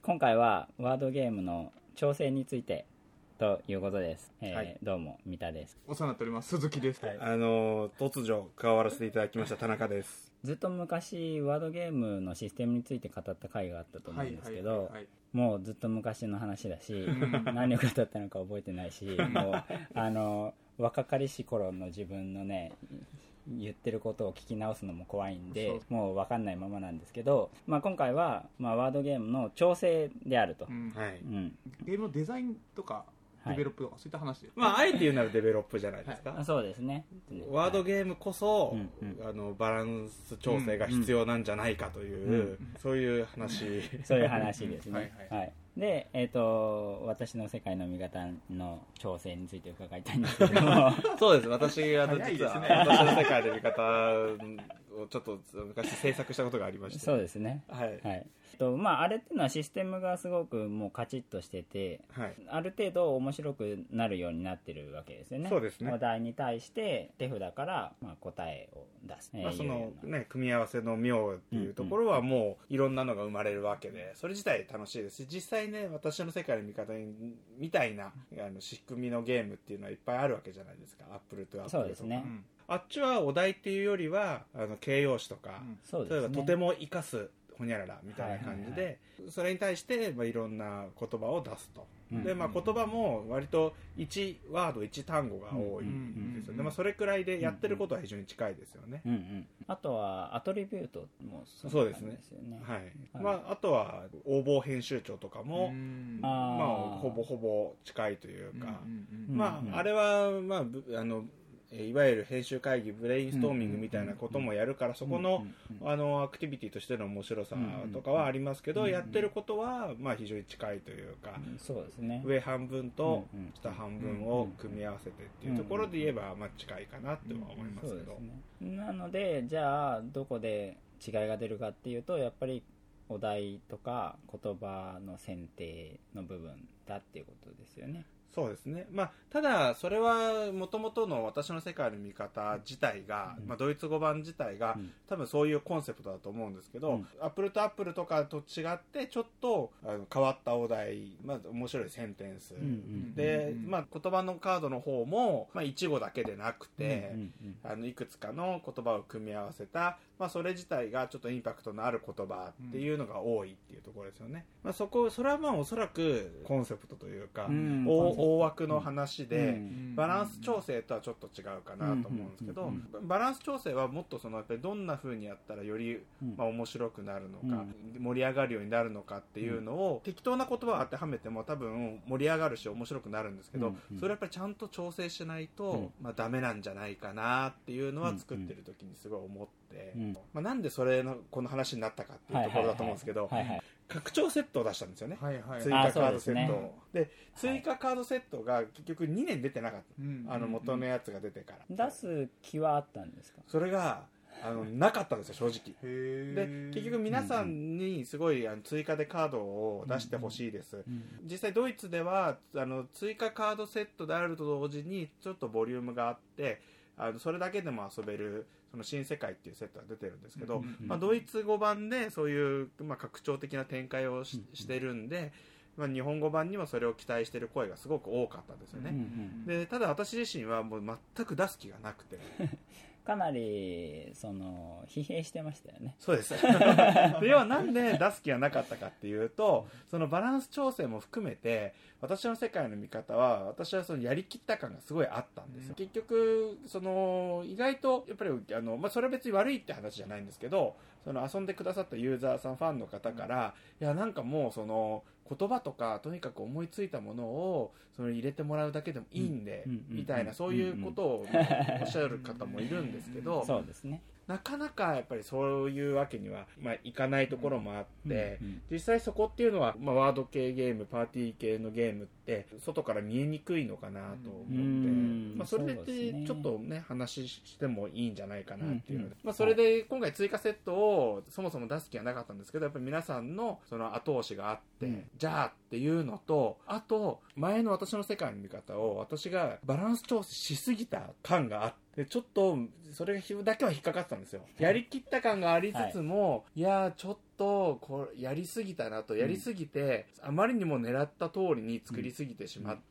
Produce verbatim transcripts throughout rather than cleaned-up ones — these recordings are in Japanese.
今回はワードゲームの調整についてということです、えーはい、どうも三田です。 お世話になっております鈴木です、 はい、あの突如加わらせていただきました田中です。 ずっと昔ワードゲームのシステムについて語った回があったと思うんですけど、はいはいはいはい、もうずっと昔の話だし何を語ったのか覚えてないしもうあの若かりし頃の自分のね言ってることを聞き直すのも怖いんでもう分かんないままなんですけど、まあ、今回は、まあ、ワードゲームの調整であると、 うんはいうん、ゲームのデザインとかデベロップとか、はい、そういった話で、 まああえて言うならデベロップじゃないですか、 はい、そうですね。 ワードゲームこそ、はい、あのバランス調整が必要なんじゃないかという、うんうん、そういう話そういう話ですねはい、はいはい、で、えーと、私の世界の見方の調整について伺いたいんですけどもそうです、私が実は、ね、私の世界の見方をちょっと昔制作したことがありましてそうですね、はいはいとまあ、あれっていうのはシステムがすごくもうカチッとしてて、はい、ある程度面白くなるようになってるわけですよね。 そうですね。 お題に対して手札からまあ答えを出す、 まあ、そのね組み合わせの妙っていうところはもういろんなのが生まれるわけで、それ自体楽しいですし、実際ね私の世界の見方みたいなあの仕組みのゲームっていうのはいっぱいあるわけじゃないですか。アップルとアップルとか。 そうですね、うん、 あっちはお題っていうよりはあの形容詞とか、うん、例えばとても生かすほにゃららみたいな感じで、はいはいはい、それに対して、まあ、いろんな言葉を出すと、うん、で、まあ、言葉も割といちワードいち単語が多いんですよね、うんうんまあ、それくらいでやってることは非常に近いですよね、 うんうん、あとはアトリビュートもそうですね、はいはいまあ、あとは応募編集長とかも、まあ、ほぼほぼ近いというか、うんうん、まあ、あれは、まあ、あのいわゆる編集会議ブレインストーミングみたいなこともやるから、そこのあのアクティビティとしての面白さとかはありますけど、やってることはまあ非常に近いというか、 そうですね、 上半分と下半分を組み合わせてっていうところで言えばまあ近いかなっては思いますけど、 ね、なのでじゃあどこで違いが出るかっていうと、やっぱりお題とか言葉の選定の部分だっていうことですよね。 そうですね、まあ、ただそれはもともとの私の世界の見方自体が、うんまあ、ドイツ語版自体が、うん、多分そういうコンセプトだと思うんですけど、うん、アップルとアップルとかと違ってちょっとあの変わったお題、まあ、面白いセンテンス、うんうん、で、まあ、言葉のカードの方も、まあ、一語だけでなくて、うんうんうん、あのいくつかの言葉を組み合わせた、まあ、それ自体がちょっとインパクトのある言葉っていうのが多いっていうところですよね、まあ、そこそれはまあおそらくコンセプトというか、うん大枠の話で、うん、バランス調整とはちょっと違うかなと思うんですけど、うん、バランス調整はもっとそのやっぱりどんな風にやったらより、まあ、面白くなるのか、うん、盛り上がるようになるのかっていうのを、適当な言葉を当てはめても多分盛り上がるし面白くなるんですけど、それやっぱりちゃんと調整しないと、まあ、ダメなんじゃないかなっていうのは作ってる時にすごい思って、まあ、なんでそれのこの話になったかっていうところだと思うんですけど、拡張セットを出したんですよね、はいはい、追加カードセットを で,、ね、で追加カードセットが結局にねん出てなかった、はい、あの元のやつが出てから、 出す気はあったんですか？ それがあのなかったんですよ正直。で結局皆さんにすごいあの追加でカードを出してほしいです、うんうん、実際ドイツではあの追加カードセットであると同時にちょっとボリュームがあって、あのそれだけでも遊べるその新世界っていうセットが出てるんですけど、うんうんまあ、ドイツ語版でそういう、まあ、拡張的な展開を し,、うんうん、してるんで、まあ、日本語版にもそれを期待してる声がすごく多かったんですよね、うんうん、でただ私自身はもう全く出す気がなくてかなりその疲弊してましたよね。 そうですで要はなんで出す気がなかったかっていうと、そのバランス調整も含めて私の世界の見方は、私はそのやりきった感がすごいあったんですよ、うん、結局その意外とやっぱりあの、まあ、それは別に悪いって話じゃないんですけど、その遊んでくださったユーザーさんファンの方から、うん、いやなんかもうその言葉とかとにかく思いついたものをその入れてもらうだけでもいいんで、うん、みたいな、そういうことをおっしゃる方もいるんですけどそうですね、 なかなかやっぱりそういうわけには、まあ、いかないところもあって、うんうんうん、実際そこっていうのは、まあ、ワード系ゲームパーティー系のゲームって外から見えにくいのかなと思って、うんまあ、それでちょっとね話してもいいんじゃないかなっていうので、うんうんまあ、それで今回追加セットをそもそも出す気はなかったんですけど、やっぱり皆さんのその後押しがあって、うん、じゃあっていうのと、あと前の私の世界の見方を私がバランス調整しすぎた感があって、 でちょっとそれだけは引っかかってたんですよ。やりきった感がありつつも、はい、いやちょっとこれやりすぎたなと、やりすぎて、うん、あまりにも狙った通りに作りすぎてしまって、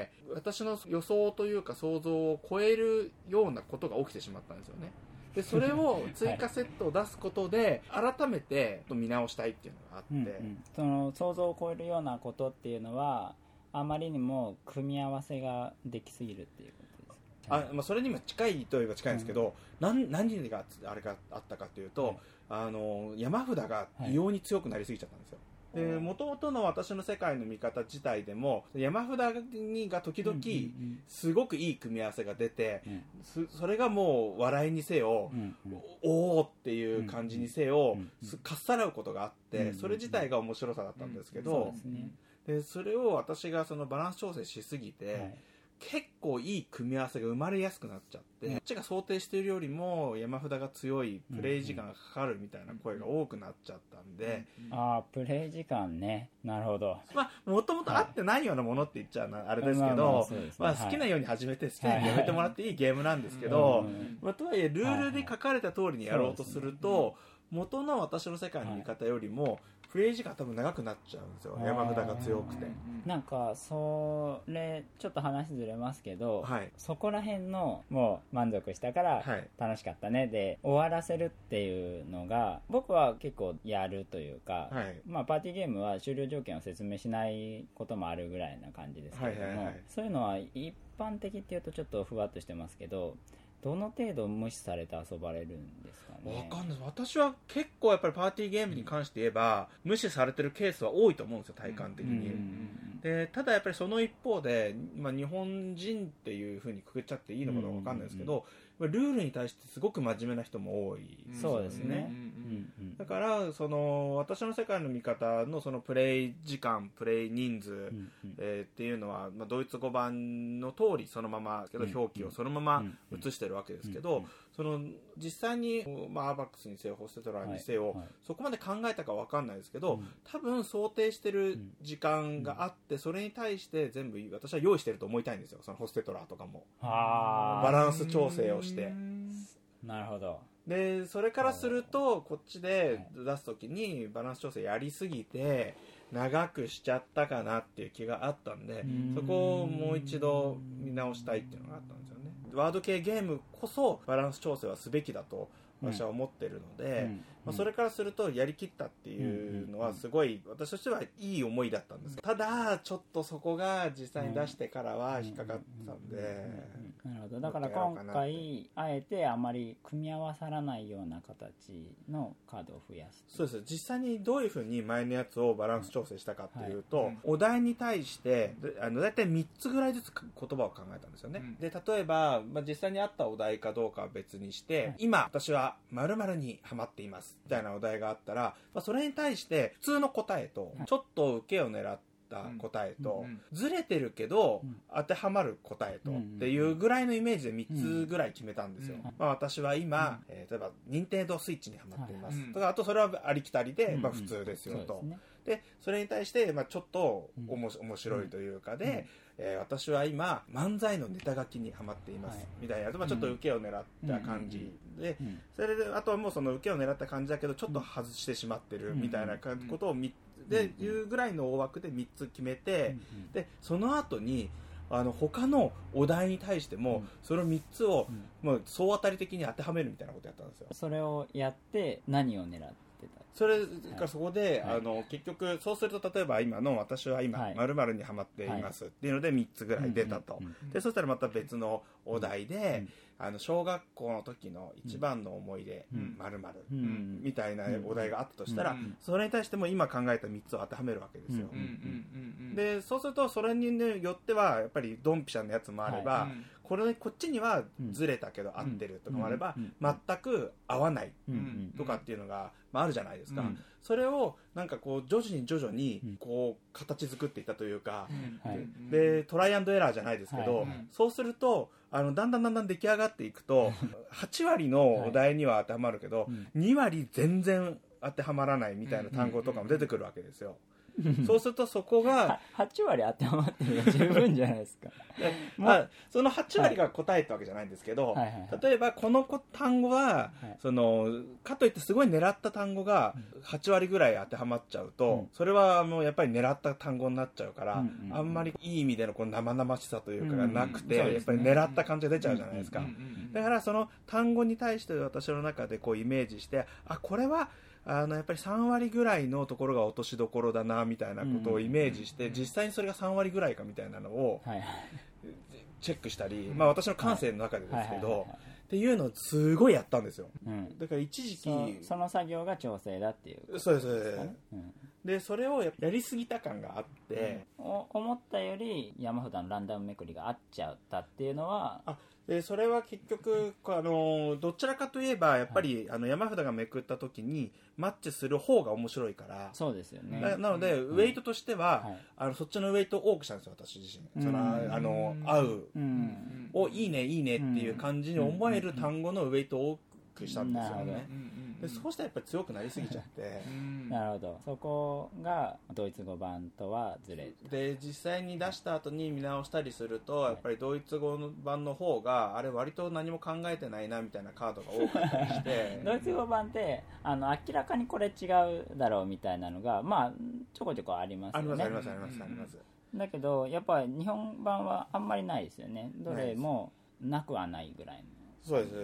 うんうん、私の予想というか想像を超えるようなことが起きてしまったんですよね。でそれを追加セットを出すことで改めて見直したいっていうのがあって、うんうん、 その想像を超えるようなことっていうのはあまりにも組み合わせができすぎるっていうことですか？ あ、まあ、それにも近いといえば近いんですけど、うん、何, 何があれがあったかというと、はい、あの山札が異様に強くなりすぎちゃったんですよ。もともとの私の世界の見方自体でも山札にが時々すごくいい組み合わせが出て、うん、それがもう笑いにせよ、うんうん、おーっていう感じにせよ、うんうん、かっさらうことがあって、うんうん、それ自体が面白さだったんですけど、うんうん、そうですね。でそれを私がそのバランス調整しすぎて、はい、結構いい組み合わせが生まれやすくなっちゃって、うん、こっちが想定しているよりも山札が強い、プレイ時間がかかるみたいな声が多くなっちゃったんで、 うんうん、ああプレイ時間ね、なるほど。 まあもともと合ってないようなものって言っちゃうあれですけど、まあ好きなように始めて好きなようにやめてもらっていいゲームなんですけど、まあ、とはいえルールで書かれた通りにやろうとすると、元の私の世界の見方よりもプレイ時間多分長くなっちゃうんですよ、山札が強くて。 なんかそれちょっと話ずれますけど、はい、そこら辺のもう満足したから楽しかったねで終わらせるっていうのが僕は結構やるというか、はい、まあ、パーティーゲームは終了条件を説明しないこともあるぐらいな感じですけれども、はいはいはい、そういうのは一般的っていうとちょっとふわっとしてますけど、どの程度無視されて遊ばれるんですかね。 わかんない。私は結構やっぱりパーティーゲームに関して言えば、うん、無視されてるケースは多いと思うんですよ、体感的に、うんうんうん、でただやっぱりその一方で、まあ、日本人っていう風にくくっちゃっていいのかどうかわかんないですけど、うんうんうん、ルールに対してすごく真面目な人も多いですよね。 そうですね、 うんうん、だからその私の世界の見方のそのプレイ時間、プレイ人数、うんうん、えー、っていうのは、まあ、ドイツ語版の通りそのままですけど、うんうん、表記をそのまま映してるわけですけど、うんうん、その実際に、まあ、アーバックスにせよホステトラーにせよ、はいはい、そこまで考えたか分かんないですけど、うん、多分想定してる時間があって、うん、それに対して全部私は用意してると思いたいんですよ、そのホステトラーとかも。 あバランス調整をして。 なるほど。 でそれからするとこっちで出すときにバランス調整やりすぎて長くしちゃったかなっていう気があったんで、そこをもう一度見直したいっていうのがあったんですよね。ワード系ゲームこそバランス調整はすべきだと私は思ってるので、うん、まあ、それからするとやりきったっていうのはすごい私としてはいい思いだったんです。ただちょっとそこが実際に出してからは引っかかったんで、 なるほど。だから今回あえてあまり組み合わさらないような形のカードを増やす。 そうです。実際にどういうふうに前のやつをバランス調整したかっていうと、はい、お題に対してあのだいたいみっつぐらいずつ言葉を考えたんですよね、うん、で例えば、まあ、実際にあったお題かどうかは別にして、はい、今私は〇〇にハマっていますみたいなお題があったら、まあ、それに対して普通の答えとちょっと受けを狙った答えと、うん、ずれてるけど、うん、当てはまる答えと、うん、っていうぐらいのイメージでみっつぐらい決めたんですよ、うん、まあ、私は今、うん、えー、例えば任天堂スイッチにハマっています、うん、とかあとそれはありきたりで、うん、まあ、普通ですよと、うん、で、でそれに対して、まあ、ちょっとおも面白いというかで、うん、えー、私は今漫才のネタ書きにハマっています、はい、みたいな、まあ、ちょっと受けを狙った感じで、うんうんうん、それであとはもうその受けを狙った感じだけどちょっと外してしまってるみたいなことをみでいうぐらいの大枠でみっつ決めて、うんうん、でその後にあの他のお題に対しても、うん、そのみっつを、うん、もう総当たり的に当てはめるみたいなことやったんですよ。 それをやって何を狙ってそれがそこで、はい、あの結局そうすると例えば今の私は今〇〇にハマっていますっていうのでみっつぐらい出たと、でそしたらまた別のお題で、うん、あの小学校の時の一番の思い出〇〇みたいなお題があったとしたら、うん、それに対しても今考えたみっつを当てはめるわけですよ、うん、でそうするとそれによってはやっぱりドンピシャのやつもあれば、はい、これこっちにはずれたけど合ってるとかもあれば、うん、全く合わないとかっていうのが、まあ、あるじゃないですか、うん、それをなんかこう徐々に徐々にこう形作っていったというか、うん、はい、でトライアンドエラーじゃないですけど、はい、そうするとあのだんだんだんだん出来上がっていくとはち割のお題には当てはまるけど、はい、に割全然当てはまらないみたいな単語とかも出てくるわけですよ。 そうするとそこがはち割当てはまってるが十分じゃないですかまあ、そのはち割が答えってわけじゃないんですけど、はいはいはいはい、例えばこの単語は、はい、そのかといってすごい狙った単語がはち割ぐらい当てはまっちゃうと、うん、それはもうやっぱり狙った単語になっちゃうから、うんうんうん、あんまりいい意味でのこの生々しさというかがなくて、うんうん、やっぱり狙った感じが出ちゃうじゃないですか、うんうんうん、だからその単語に対して私の中でこうイメージして、あ、これはあのやっぱりさん割ぐらいのところが落としどころだなみたいなことをイメージして、うんうんうん、実際にそれがさん割ぐらいかみたいなのを、はい、チェックしたり、まあ、私の感性の中でですけど、っていうのをすごいやったんですよ、うん、だから一時期そ, その作業が調整だっていう、 そうですそうです、うん、でそれをやりすぎた感があって、 うん、思ったより山札のランダムめくりが合っちゃったっていうのは、 あでそれは結局あのどちらかといえばやっぱり、はい、あの山札がめくった時にマッチする方が面白いから、 そうですよね、 な, なので、うん、ウェイトとしては、はい、あのそっちのウェイトを多くしたんですよ私自身、そのあの合う、うん、をいいねいいねっていう感じに思える単語のウェイトを多くしたんですよね、でそうしたらやっぱり強くなりすぎちゃってなるほど、そこがドイツ語版とはずれで、実際に出した後に見直したりすると、やっぱりドイツ語版の方があれ割と何も考えてないなみたいなカードが多かったりしてドイツ語版ってあの明らかにこれ違うだろうみたいなのがまあちょこちょこありますよね、 ありますありますありますあります、 だけどやっぱり日本版はあんまりないですよね、どれもなくはないぐらいの。 そうです、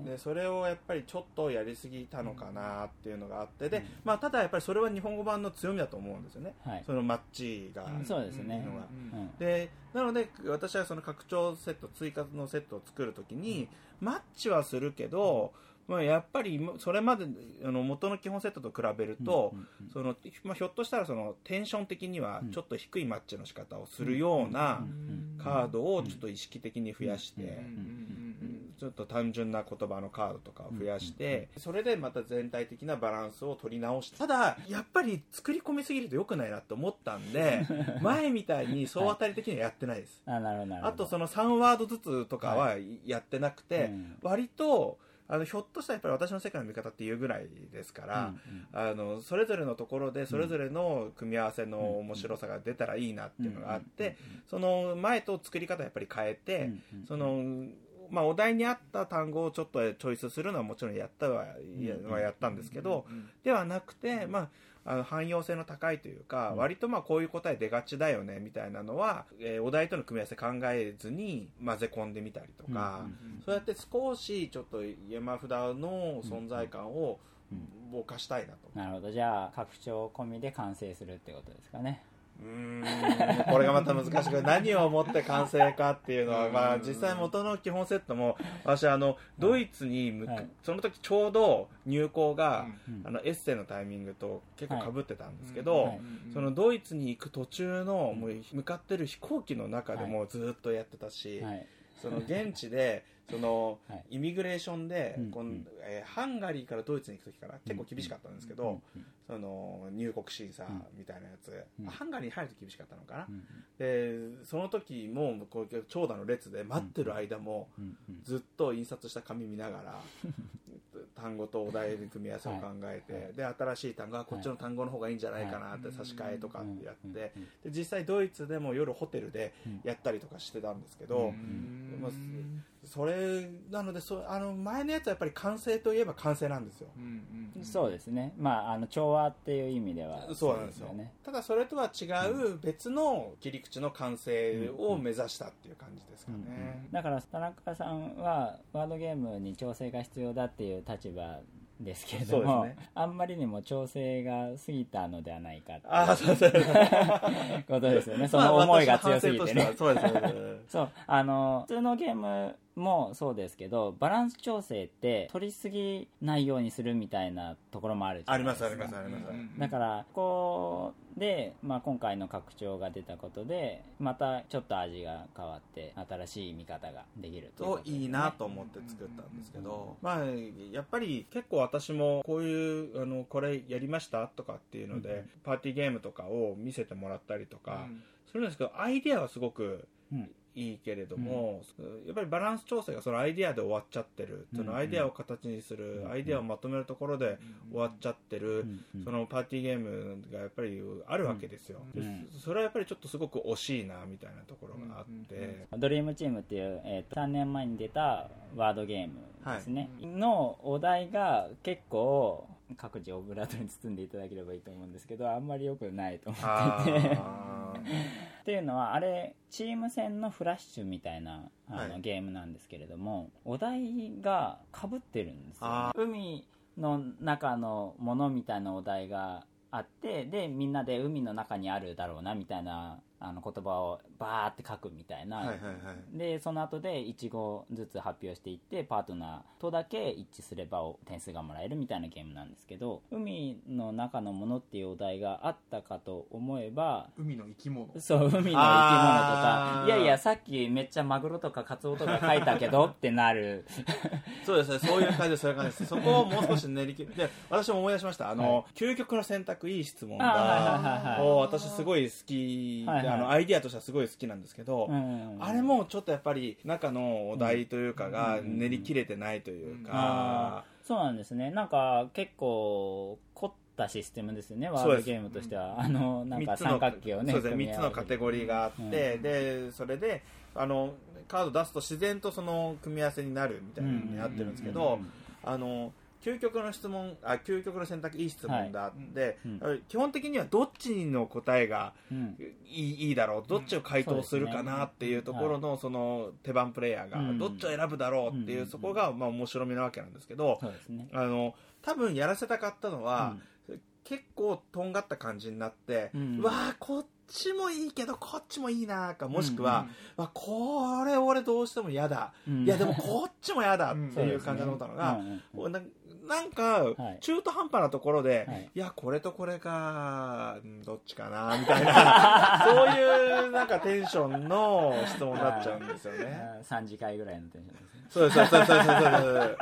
でそれをやっぱりちょっとやりすぎたのかなっていうのがあって、で、まあ、ただやっぱりそれは日本語版の強みだと思うんですよね、はい、そのマッチが、 うん、そうですね、 でなので私はその拡張セット追加のセットを作るときに、うん、マッチはするけど、まあ、やっぱりそれまであの元の基本セットと比べると、そのまあ、ひょっとしたらそのテンション的にはちょっと低いマッチの仕方をするようなカードをちょっと意識的に増やして、ちょっと単純な言葉のカードとかを増やして、それでまた全体的なバランスを取り直して、ただやっぱり作り込みすぎると良くないなって思ったんで前みたいに総当たり的にはやってないです、 はい、あ、なるほどなるほど。 あとそのさんワードずつとかはやってなくて、はい、うん、割とあのひょっとしたらやっぱり私の世界の見方っていうぐらいですから、うんうん、あのそれぞれのところでそれぞれの組み合わせの面白さが出たらいいなっていうのがあって、その前と作り方をやっぱり変えて、うんうん、そのまあ、お題に合った単語をちょっとチョイスするのはもちろんやったは や, はやったんですけど、ではなくて、まあ、あの汎用性の高いというか、割とまあこういう答え出がちだよねみたいなのは、えー、お題との組み合わせ考えずに混ぜ込んでみたりとか、そうやって少しちょっと山札の存在感をぼかしたいなと。 なるほど、じゃあ拡張込みで完成するってことですかね。 うーんこれがまた難しく何をもって完成かっていうのは、まあ、実際元の基本セットも私あのドイツに向く、はい、その時ちょうど入校が、うん、あのエッセイのタイミングと結構被ってたんですけど、はいはい、そのドイツに行く途中のもう向かってる飛行機の中でもずっとやってたし、はい、その現地でそのイミグレーションで、はい、このえー、ハンガリーからドイツに行く時から結構厳しかったんですけど、その入国審査みたいなやつ、うん、ハンガリーに入ると厳しかったのかな、うん、でその時もこう長蛇の列で待ってる間もずっと印刷した紙見ながら単語とお題の組み合わせを考えて、はい、で新しい単語はこっちの単語の方がいいんじゃないかなって差し替えとかってやって、で実際ドイツでも夜ホテルでやったりとかしてたんですけど、まあ、それなのでそあの前のやつはやっぱり完成といえば完成なんですよ、うんうん、そうですね、まあ、あの調和っていう意味ではそうなんですよね。ただそれとは違う別の切り口の完成を目指したっていう感じですかね、うんうんうん、だから田中さんはワードゲームに調整が必要だっていう立場ですけれども、ね、あんまりにも調整が過ぎたのではないかってあそうそうことですよね。その思いが強すぎてね、 まあ、そうですねそうあの普通のゲームもそうですけどバランス調整って取りすぎないようにするみたいなところもあるじゃないですか。 ありますありますあります。 だからここで、まあ、今回の拡張が出たことでまたちょっと味が変わって新しい見方ができるということですね。 いいなと思って作ったんですけど、まあやっぱり結構私もこういうあのこれやりましたとかっていうので、うん、パーティーゲームとかを見せてもらったりとか、うん、するんですけどアイデアはすごくいいけれども、うん、やっぱりバランス調整がそのアイデアで終わっちゃってる、うん、そのアイデアを形にする、うん、アイデアをまとめるところで終わっちゃってる、うん、そのパーティーゲームがやっぱりあるわけですよ、うん、それはやっぱりちょっとすごく惜しいなみたいなところがあって、 うん、ドリームチームっていう、えー、さんねんまえに出たワードゲームですね、はい、のお題が結構各自オブラートに包んでいただければいいと思うんですけど、あんまり良くないと思っていてっていうのは、あれチーム戦のフラッシュみたいなあの、はい、ゲームなんですけれども、お題が被ってるんですよ。海の中のものみたいなお題があって、でみんなで海の中にあるだろうなみたいなあの言葉をバーって書くみたいな、はいはいはい、でその後でいちごずつ発表していって、パートナーとだけ一致すれば点数がもらえるみたいなゲームなんですけど、海の中のものっていうお題があったかと思えば、 海の生き物、 そう海の生き物とか、いやいやさっきめっちゃマグロとかカツオとか書いたけどってなるそうですね、そういう感じです、そういう感じです。そこをもう少し練り切って私も思い出しました。あの、はい、究極の選択、いい質問だ、はいはいはいはい、私すごい好き、はいはい、あのアイディアとしてはすごい好きなんですけど、うんうんうん、あれもちょっとやっぱり中のお題というかが練り切れてないというか、うんうんうん、 そうなんですね。なんか結構凝ったシステムですよね、ワードゲームとしては。あのなんか三角形をね、 そうですね、みっつのカテゴリーがあって、うん、でそれであのカード出すと自然とその組み合わせになるみたいなのになってるんですけど、あの究極の質問、あ、究極の選択いい質問だって、はい、うん、基本的にはどっちの答えがいい、うん、いいだろう、どっちを回答するかなっていうところの、その手番プレイヤーがどっちを選ぶだろうっていう、そこがまあ面白みなわけなんですけど、そうですね、あの多分やらせたかったのは、うん、結構とんがった感じになって、うん、うわーこっちもいいけどこっちもいいなか、もしくは、うんうん、これ俺どうしても嫌だ、うん、いやでもこっちも嫌だっていう感じのことなのが、うん、な, なんか中途半端なところで、はい、いやこれとこれかどっちかなみたいなそういうなんかテンションの質問になっちゃうんですよね。 さんじかいぐらいのテンションですね。 そうですそうですそうですそうです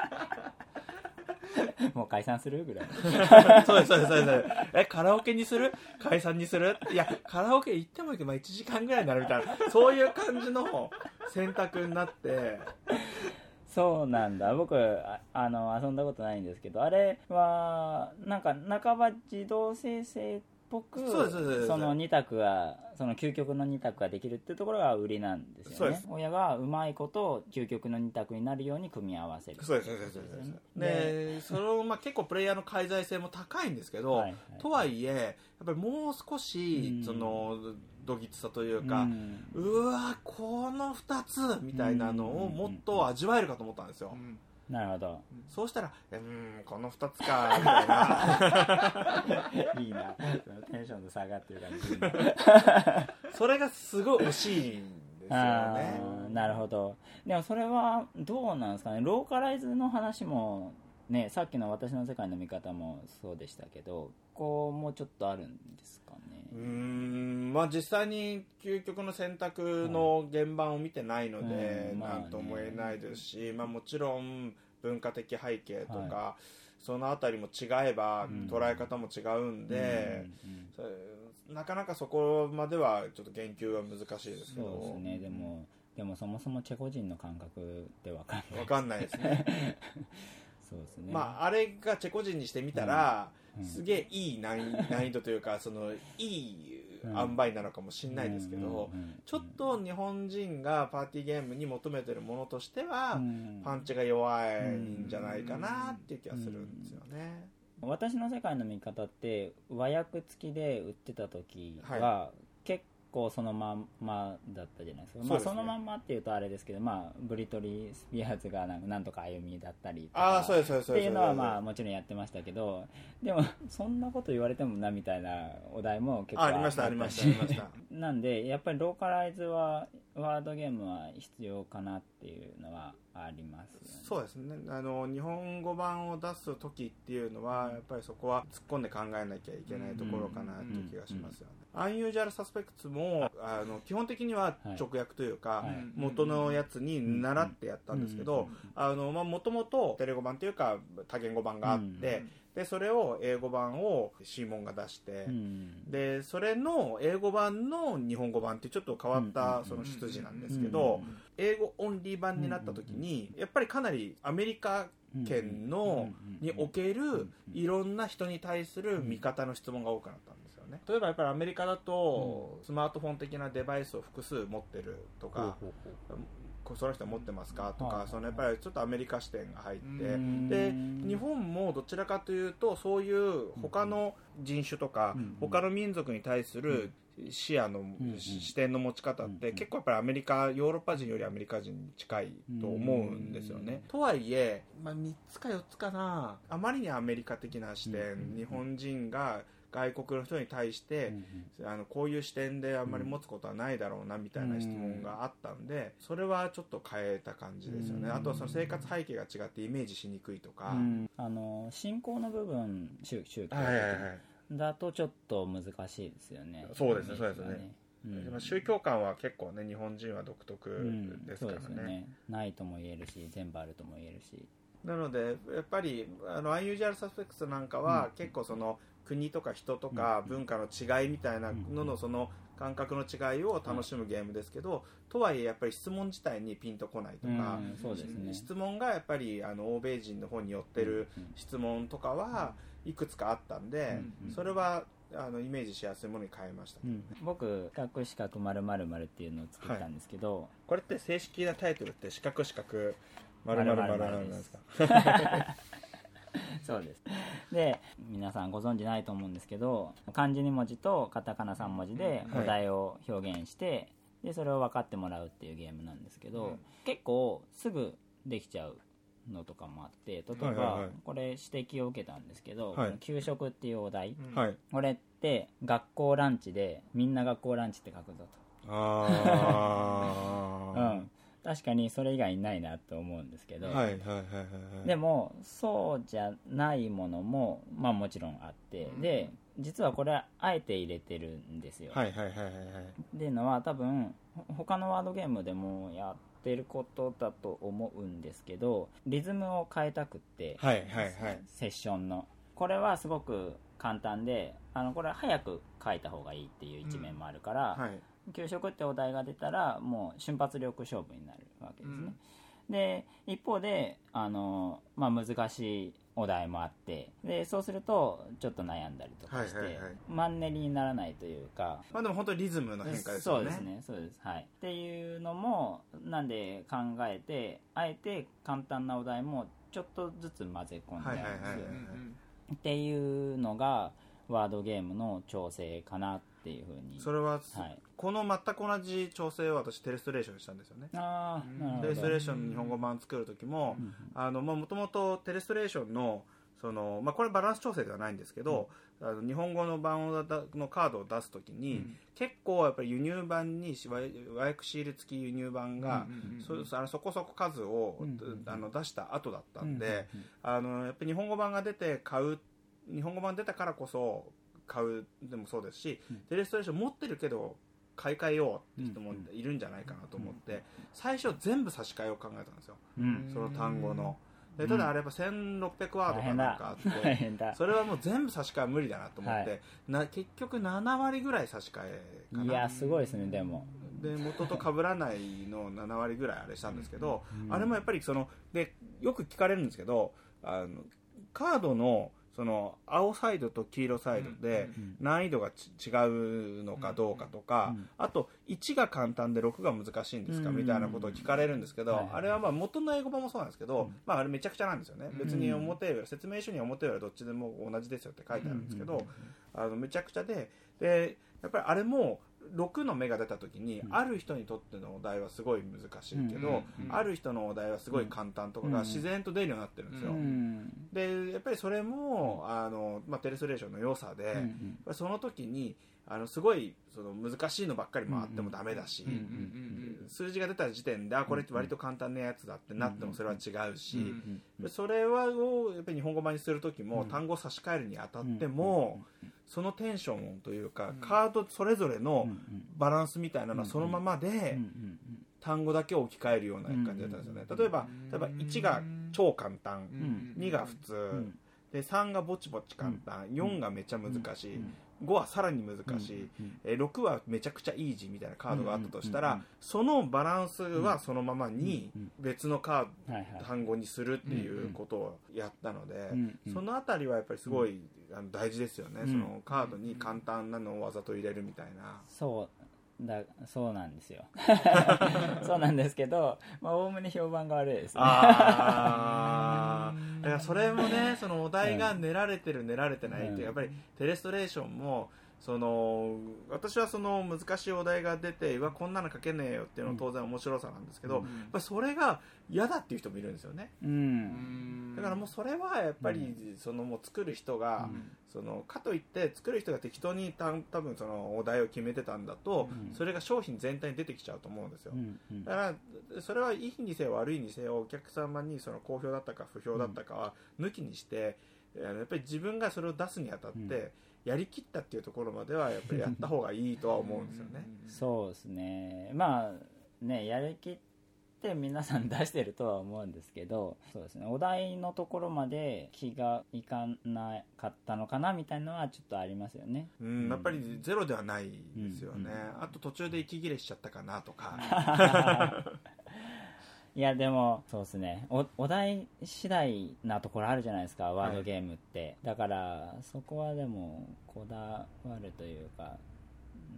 もう解散するぐらいそうですそうですそうですえカラオケにする解散にする、いやカラオケ行ってもいいけど、まあ、いちじかんぐらいになるみたいな、そういう感じの選択になってそうなんだ。僕 あ, あの遊んだことないんですけど、あれはなんか半ば自動生成っぽく、そのに択がその究極のに択ができるっていうところが売りなんですよね。親がうまいこと究極のに択になるように組み合わせる。 そうですそうですそうです。で、そのまあ結構プレイヤーの介在性も高いんですけど、はいはい、とはいえやっぱりもう少しそのどぎつさというか、うん、うわこのふたつみたいなのをもっと味わえるかと思ったんですよ。うん、 なるほど。 そうしたらうーんこのふたつかみたいないいな、テンションの下がってる感じそれがすごい惜しいんですよね。 なるほど。でもそれはどうなんですかね。ローカライズの話もね、さっきの私の世界の見方もそうでしたけど、こうもうちょっとあるんですかね。 うーん、まあ実際に究極の選択の現場を見てないので、うん、なんとも言えないですし、まあ、もちろん文化的背景とか、はい、そのあたりも違えば捉え方も違うんで、うんうんうん、なかなかそこまではちょっと言及は難しいですけど。 そうですね。でもでもそもそもチェコ人の感覚で分かんない。 分かんないですね。 そうですね。 まああれがチェコ人にしてみたら、うんうん、すげえいい難易度というかそのいい塩梅なのかもしれないですけど、ちょっと日本人がパーティーゲームに求めてるものとしては、うん、パンチが弱いんじゃないかなっていう気がするんですよね。 うん、私の世界の見方って和訳付きで売ってた時は、はい、結構構そのまんまだったじゃないですか。 そ, まあ、そのまんまっていうとあれですけど、まあ、ブリトリー・スピアーズがなんかなんとか歩みだったりとかっていうのはまあもちろんやってましたけど、でもそんなこと言われてもなみたいなお題も結構ありましたありましたありましたなんでやっぱりローカライズはワードゲームは必要かなっていうのはあります、ね、 そうですね。あの日本語版を出す時っていうのはやっぱりそこは突っ込んで考えなきゃいけないところかなという気がしますよね。アンユージュアルサスペクツもあの基本的には直訳というか、はいはい、元のやつに習ってやったんですけど、もともとテレ語版というか多言語版があって、うんでそれを英語版をシーモンが出して、うん、でそれの英語版の日本語版ってちょっと変わったその出筋なんですけど、英語オンリー版になった時にやっぱりかなりアメリカ圏のにおけるいろんな人に対する見方の質問が多くなったんですよね。例えばやっぱりアメリカだとスマートフォン的なデバイスを複数持ってるとか、その人は持ってますかとか、そのやっぱりちょっとアメリカ視点が入って、で日本もどちらかというとそういう他の人種とか他の民族に対する視野の視点の持ち方って結構やっぱりアメリカヨーロッパ人よりアメリカ人に近いと思うんですよね。とはいえ、まあ、みっつかよっつかな、あまりにアメリカ的な視点、日本人が外国の人に対して、うんうん、あのこういう視点であんまり持つことはないだろうなみたいな質問があったんで、それはちょっと変えた感じですよね。あとはその生活背景が違ってイメージしにくいとか、うん、 あの信仰の部分宗教だとちょっと難しいですよね。 そうですね、そうですね。うん、宗教観は結構ね日本人は独特ですからね。うん、そうですね。 ないとも言えるし全部あるとも言えるし。 なのでやっぱりあのアンユージュアルサスペクツなんかは、うん、結構その国とか人とか文化の違いみたいなののその感覚の違いを楽しむゲームですけど、とはいえやっぱり質問自体にピンとこないとか、 うんそうですね、 質問がやっぱりあの欧米人の方に寄ってる質問とかはいくつかあったんで、それはあのイメージしやすいものに変えました、うん、 僕四角四角丸丸丸っていうのを作ったんですけど、はい、 これって正式なタイトルって四角四角丸丸丸なんですか？ そうです。で皆さんご存知ないと思うんですけど、漢字に文字とカタカナさん文字でお題を表現して、はい、でそれを分かってもらうっていうゲームなんですけど、うん、結構すぐできちゃうのとかもあって、例えば、はいはいはい、これ指摘を受けたんですけど、はい、給食っていうお題、はい、これって学校ランチでみんな学校ランチって書くぞと。あ、うん、確かにそれ以外にないなと思うんですけど、はいはいはいはい、でもそうじゃないものも、まあ、もちろんあって、うん、で実はこれあえて入れてるんですよ。はいはいはいはい、っていうのは多分他のワードゲームでもやってることだと思うんですけど、リズムを変えたくって、はいはいはい、セッションのこれはすごく簡単で、あのこれは早く書いた方がいいっていう一面もあるから、うん、はい、給食ってお題が出たらもう瞬発力勝負になるわけですね、うん、で一方であの、まあ、難しいお題もあって、でそうするとちょっと悩んだりとかして、はいはいはい、マンネリにならないというか、 まあ、でも本当にリズムの変化ですよね。 そうですね、そうです、はい、っていうのもなんで考えて、あえて簡単なお題もちょっとずつ混ぜ込んであるんですよ、はいはいはいはい、っていうのがワードゲームの調整かなっていうふうに。 それは、はい、この全く同じ調整を私テレストレーションしたんですよね。あ、なるほど。テレストレーションの日本語版作る時も、もともとテレストレーションのその、まあ、これバランス調整ではないんですけど、うん、あの日本語の版をだのカードを出す時に、うん、結構やっぱり輸入版に和訳シール付き輸入版が、うんうん、そ, あのそこそこ数を、うん、あの出した後だったんで、うんうん、あのやっぱり日本語版が出て買う、日本語版出たからこそ買うでもそうですし、うん、テレストレーション持ってるけど買い替えようって人もいるんじゃないかなと思って、うん、最初全部差し替えを考えたんですよ、うん、その単語ので、ただあれやっぱせんろっぴゃくワードかなんかあってそれはもう全部差し替えは無理だなと思って、はい、な結局ななわりぐらい差し替えかな。 いやすごいですね。でもで元と被らないのななわりぐらいあれしたんですけど、うん、あれもやっぱりそのでよく聞かれるんですけど、あのカードのその青サイドと黄色サイドで難易度が違うのかどうかとか、あといちが簡単でろくが難しいんですかみたいなことを聞かれるんですけど、あれはまあ元の英語版もそうなんですけど、まああれめちゃくちゃなんですよね。別に表裏説明書に表裏どっちでも同じですよって書いてあるんですけど、あのめちゃくちゃで、でやっぱりあれもろくの目が出た時に、うん、ある人にとってのお題はすごい難しいけど、うんうんうん、ある人のお題はすごい簡単とかが自然と出るようになってるんですよ、うん、でやっぱりそれもあの、まあ、テレストレーションの良さで、うんうん、その時にあのすごいその難しいのばっかりもあってもダメだし、うんうんうん、数字が出た時点であこれ割と簡単なやつだってなってもそれは違うし、うんうん、それをやっぱり日本語版にする時も単語を差し替えるにあたっても、うんうん、そのテンションというか、うん、カードそれぞれのバランスみたいなのはそのままで単語だけを置き換えるような感じだったんですよね。例えば、例えばいちが超簡単、にが普通、でさんがぼちぼち簡単、よんがめちゃ難しい、 ごはさらに難しい、うんうん、ろくはめちゃくちゃイージーみたいなカードがあったとしたら、うんうんうん、そのバランスはそのままに別のカード、うんうん、単語にするっていうことをやったので、うんうん、そのあたりはやっぱりすごい、うん、あの大事ですよね、うん、そのカードに簡単なのをわざと入れるみたいな。 そうだそうなんですよそうなんですけど、まあ、おおむね評判が悪いですね。 あだからそれもね、そのお題が練られてる練られてないって、やっぱりテレストレーションもその私はその難しいお題が出て、うわこんなの書けねえよっていうのは当然面白さなんですけど、うん、やっぱりそれが嫌だっていう人もいるんですよね、うん、だからもうそれはやっぱりそのもう作る人が、うん、そのかといって作る人が適当にた多分そのお題を決めてたんだと、うん、それが商品全体に出てきちゃうと思うんですよ、うんうん、だからそれはいいにせよ悪いにせよお客様にその好評だったか不評だったかは抜きにして、やっぱり自分がそれを出すにあたって、うんやりきったっていうところまではやっぱりやった方がいいとは思うんですよねそうですね、まあねやりきって皆さん出してるとは思うんですけど、そうですねお題のところまで気がいかなかったのかなみたいなのはちょっとありますよね。 うん、やっぱりゼロではないですよね、うんうん、あと途中で息切れしちゃったかなとかいやでもそうですね お, お題次第なところあるじゃないですかワードゲームって、はい、だからそこはでもこだわるというか、うん、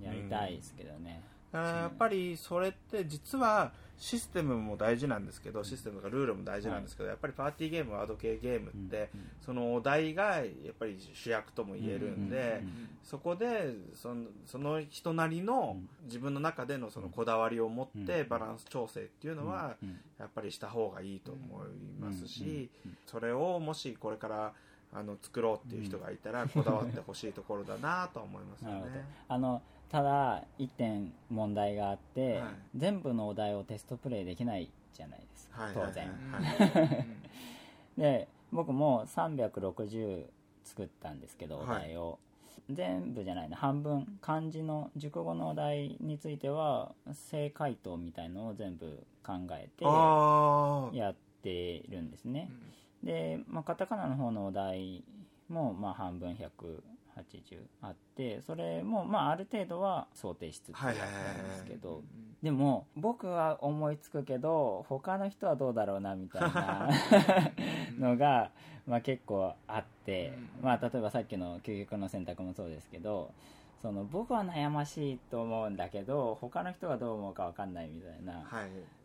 やりたいですけどね、 うん、やっぱりそれって実はシステムも大事なんですけど、システムとかルールも大事なんですけど、はい、やっぱりパーティーゲームワード系ゲームって、うんうん、そのお題がやっぱり主役とも言えるんで、うんうんうん、そこでその、その人なりの自分の中でのそのこだわりを持ってバランス調整っていうのはやっぱりした方がいいと思いますし、それをもしこれからあの作ろうっていう人がいたらこだわってほしいところだなと思いますよね。 あのただいってん問題があって、はい、全部のお題をテストプレイできないじゃないですか、はい、当然、はいはい、で僕もさんびゃくろくじゅう作ったんですけどお題を、はい、全部じゃないな半分漢字の熟語のお題については正回答みたいのを全部考えてやっているんですね、うん、で、まあ、カタカナの方のお題もまあ半分ひゃくはちじゅうあって、それもまあある程度は想定しつつなんですけど、でも僕は思いつくけど他の人はどうだろうなみたいなのがまあ結構あって、まあ例えばさっきの究極の選択もそうですけど、その僕は悩ましいと思うんだけど他の人がどう思うか分かんないみたいな、はい、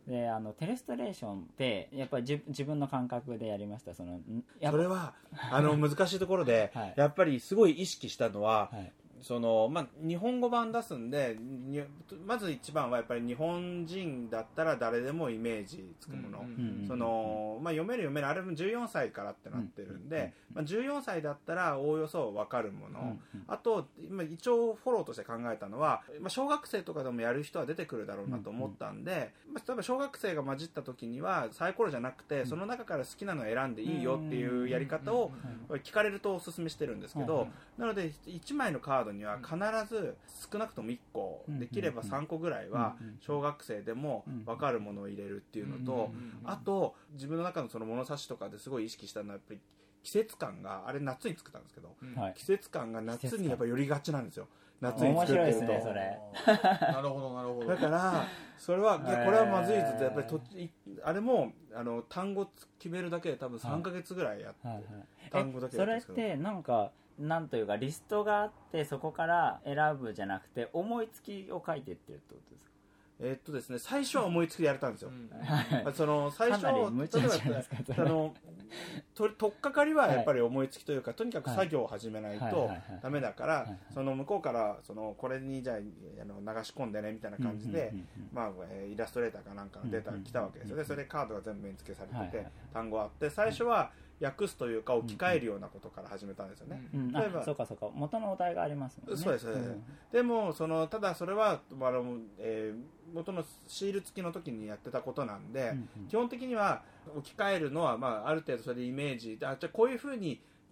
であのテレストレーションってやっぱり自, 自分の感覚でやりました。そのそれはあの難しいところで、はい、やっぱりすごい意識したのは、はい、そのまあ、日本語版出すんでまず一番はやっぱり日本人だったら誰でもイメージつくもの、そのまあ、読める読めるあれもじゅうよんさいからってなってるんで、まあ、じゅうよんさいだったらおおよそ分かるもの、あと今一応フォローとして考えたのは、まあ、小学生とかでもやる人は出てくるだろうなと思ったんで、まあ、例えば小学生が混じった時にはサイコロじゃなくてその中から好きなのを選んでいいよっていうやり方を聞かれるとお勧めしてるんですけど、なのでいちまいのカードには必ず少なくともいっこ、できればさんこぐらいは小学生でも分かるものを入れるっていうのと、あと自分の中のその物差しとかですごい意識したのはやっぱり季節感が、あれ夏に作ったんですけど、はい、季節感が夏にやっぱ寄りがちなんですよ。夏に作ってると面白いですねそれなるほどなるほど。 だからそれはいやこれはまずいぞってやっぱりとあれもあの単語決めるだけで多分さんかげつぐらいやって、はいはいはい、単語だけやってるんですけど、 それってなんかなんというかリストがあってそこから選ぶじゃなくて思いつきを書いていってるってことですか？ えーっとですね、最初は思いつきでやれたんですよ、うん、その最初かなり無茶じゃないですか。 あのと取っかかりはやっぱり思いつきというか、はい、とにかく作業を始めないとダメだから、その向こうからそのこれにじゃあ、あの流し込んでねみたいな感じで、まあ、イラストレーターかなんかのデータが来たわけですよね。それでカードが全部面付けされてて、はいはい、単語あって最初は訳すというか置き換えるようなことから始めたんですよね、 うんうん、例えばそうかそうか元のお題がありますもんね。 そうです、うん、でもそのただそれは、あのえー、元のシール付きの時にやってたことなんで、うんうん、基本的には置き換えるのは、まあ、ある程度それでイメージで、あじゃあこういう風に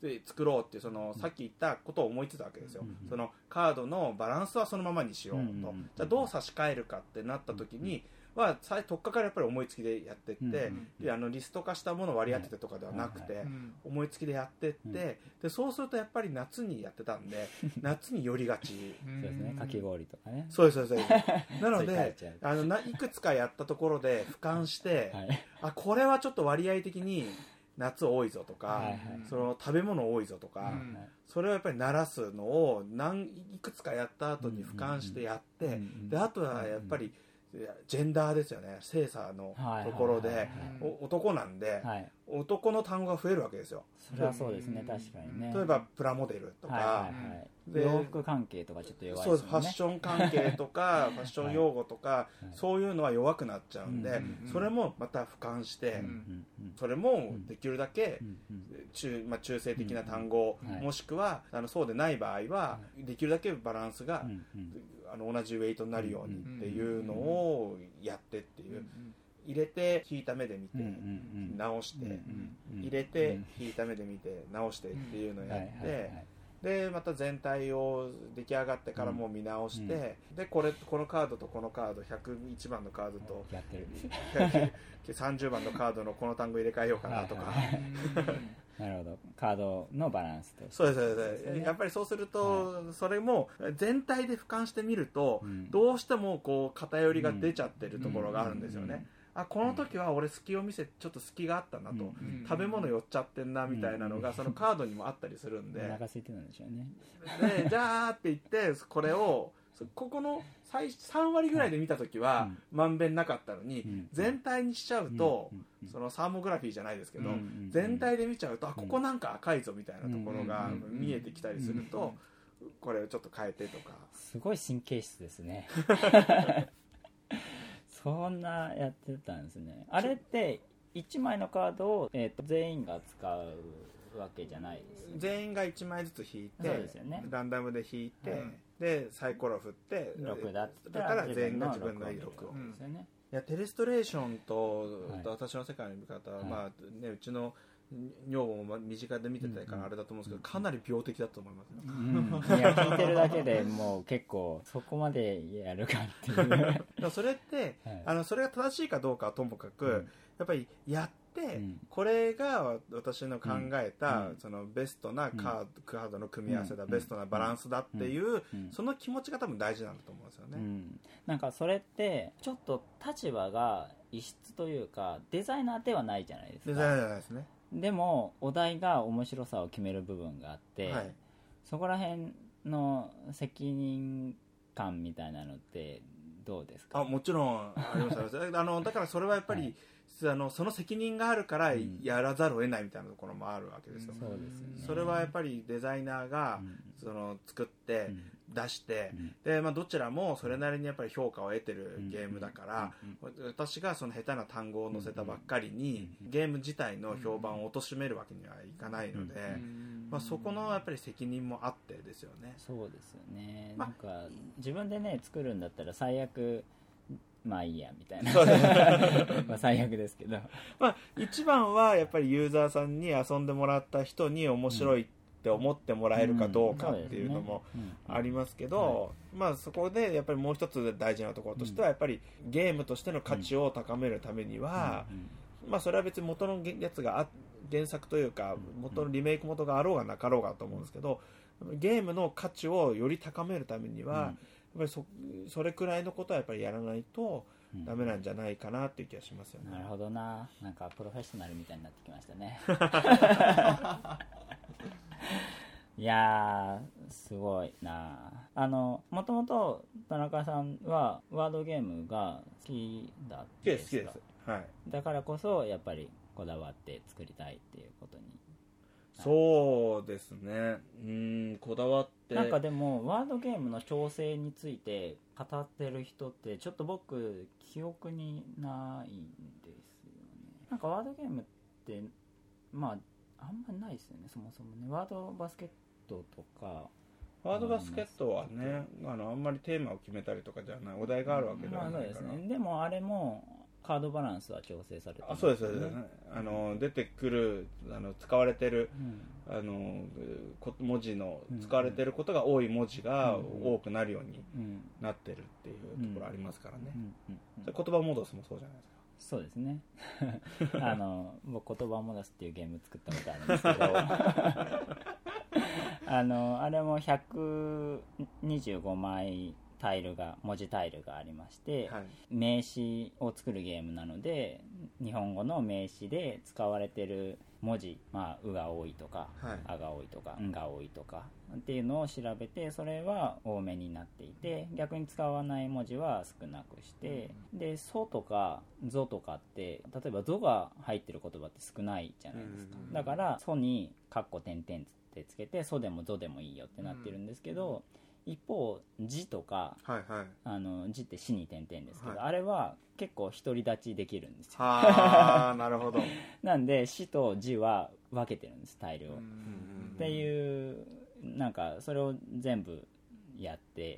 で作ろうっていうそのさっき言ったことを思いついたわけですよ、うん、そのカードのバランスはそのままにしようと、うん、じゃあどう差し替えるかってなった時には取っかかりやっぱり思いつきでやってって、うんうん、あのリスト化したものを割り当ててとかではなくて、はいはい、思いつきでやってって、うん、でそうするとやっぱり夏にやってたんで夏に寄りがちそうですね、かき氷とかね、 そうですそうですなのであのないくつかやったところで俯瞰して、はい、あこれはちょっと割合的に夏多いぞとか、はいはい、その食べ物多いぞとか、うん、それをやっぱり鳴らすのを何いくつかやった後に俯瞰してやって、うんうんうん、であとはやっぱりジェンダーですよね、性差のところで男なんで、はい、男の単語が増えるわけですよ。 それはそうですね、確かにね。 例えばプラモデルとか、はいはいはい、 で洋服関係とかちょっと弱いですよね。 そうファッション関係とかファッション用語とか、はい、そういうのは弱くなっちゃうんで、はい、それもまた俯瞰して、うん、それもできるだけ中、まあ、中性的な単語、うん、もしくはあのそうでない場合はできるだけバランスが、うん、あの同じウェイトになるようにっていうのをやってっていう。入れて引いた目で見て直して入れて引いた目で見て直してっていうのをやってでまた全体を出来上がってからも見直してでこれこのカードとこのカードひゃくいちばんのカードとさんじゅうばんのカードのこの単語入れ替えようかなとかなるほど、カードのバランスとそうですそうです、ね、やっぱりそうすると、はい、それも全体で俯瞰してみると、うん、どうしてもこう偏りが出ちゃってるところがあるんですよね、うんうんうん、あこの時は俺隙を見せちょっと隙があったなと、うん、食べ物寄っちゃってんなみたいなのが、うん、そのカードにもあったりするんでお腹空いてたんでしょうねでじゃーって言ってこれをここの最さんわりぐらいで見た時はまんべんなかったのに、うん、全体にしちゃうと、うん、そのサーモグラフィーじゃないですけど、うん、全体で見ちゃうとあここなんか赤いぞみたいなところが見えてきたりすると、これをちょっと変えてとかすごい神経質ですねそんなやってたんですね。あれっていちまいのカードを、えー、と全員が使うわけじゃないです、ね、 全員がいちまいずつ引いて、 そうですよね、 ランダムで引いて、うん、でサイコロ振ってろくだったら全員が自分のろくを、うん、いやテレストレーションと、はい、私の世界の見方は、はい、まあね、うちの女房も身近で見てたからあれだと思うんですけど、かなり病的だと思いますね、 うん、いや聞いてるだけでもう結構そこまでやるかっていうそれって、はい、あのそれが正しいかどうかはともかく、うん、やっぱりやって、うん、これが私の考えた、うん、そのベストなカード、うん、カードの組み合わせだ、うん、ベストなバランスだっていう、うん、その気持ちが多分大事なんだと思うんですよね、うん、 なんかそれってちょっと立場が異質というかデザイナーではないじゃないですか。 デザイナーじゃないですね。 でもお題が面白さを決める部分があって、はい、そこら辺の責任感みたいなのってどうですか？ あもちろんありますあのだからそれはやっぱり、はい、あのその責任があるからやらざるを得ないみたいなところもあるわけですよ、 うん、そうですよね。 それはやっぱりデザイナーが、うん、その作って出して、うん、でまあ、どちらもそれなりにやっぱり評価を得てるゲームだから、うん、私がその下手な単語を載せたばっかりに、うん、ゲーム自体の評判を貶めるわけにはいかないので、うんまあ、そこのやっぱり責任もあってですよね。 そうですよね、まあ、なんか自分でね作るんだったら最悪まあいいやみたいなまあ最悪ですけど、 まあ、一番はやっぱりユーザーさんに遊んでもらった人に面白いって思ってもらえるかどうかっていうのもありますけど、まあそこでやっぱりもう一つ大事なところとしてはやっぱりゲームとしての価値を高めるためには、まあそれは別に元のやつが原作というか元のリメイク元があろうがなかろうがと思うんですけど、ゲームの価値をより高めるためにはやっぱり そ, それくらいのことはやっぱりやらないとダメなんじゃないかなっていう気がしますよね、 うん、なるほどな。なんかプロフェッショナルみたいになってきましたねいやーすごいな。あのもともと田中さんはワードゲームが好きだったんですか？ 好きです、はい、 だからこそやっぱりこだわって作りたいっていうことに。 そうですね、うーんこだわってなんかでもワードゲームの調整について語ってる人ってちょっと僕記憶にないんですよね。なんかワードゲームってまああんまりないですよね、そもそもね。ワードバスケットとかワードバスケットはね あのあんまりテーマを決めたりとかじゃない、お題があるわけではないから、まあそうですね、 でもあれもカードバランスは調整されてる、 あ、そうですそうです、ね、あの出てくるあの使われてる、うん、あの文字の使われてることが多い文字が多くなるようになってるっていうところありますからね、うんうんうんうん、言葉戻すもそうじゃないですか。 そうですねあの僕言葉戻すっていうゲーム作ったことあるんですけどあのあれもひゃくにじゅうごまいタイルが文字タイルがありまして、はい、名詞を作るゲームなので日本語の名詞で使われてる文字、まあ、うが多いとか、はい、あが多いとか、んが多いとかっていうのを調べて、それは多めになっていて、逆に使わない文字は少なくして、で、ソとかゾとかって、例えばゾが入ってる言葉って少ないじゃないですか。だからソにカッコ点々ってつけて、ソでもゾでもいいよってなってるんですけど、一方字とか、はいはい、あの字って死に点々ですけど、はい、あれは結構独り立ちできるんですよ。 ああなるほど。 なんで死と字は分けてるんです、タイルを。っていうなんかそれを全部やって、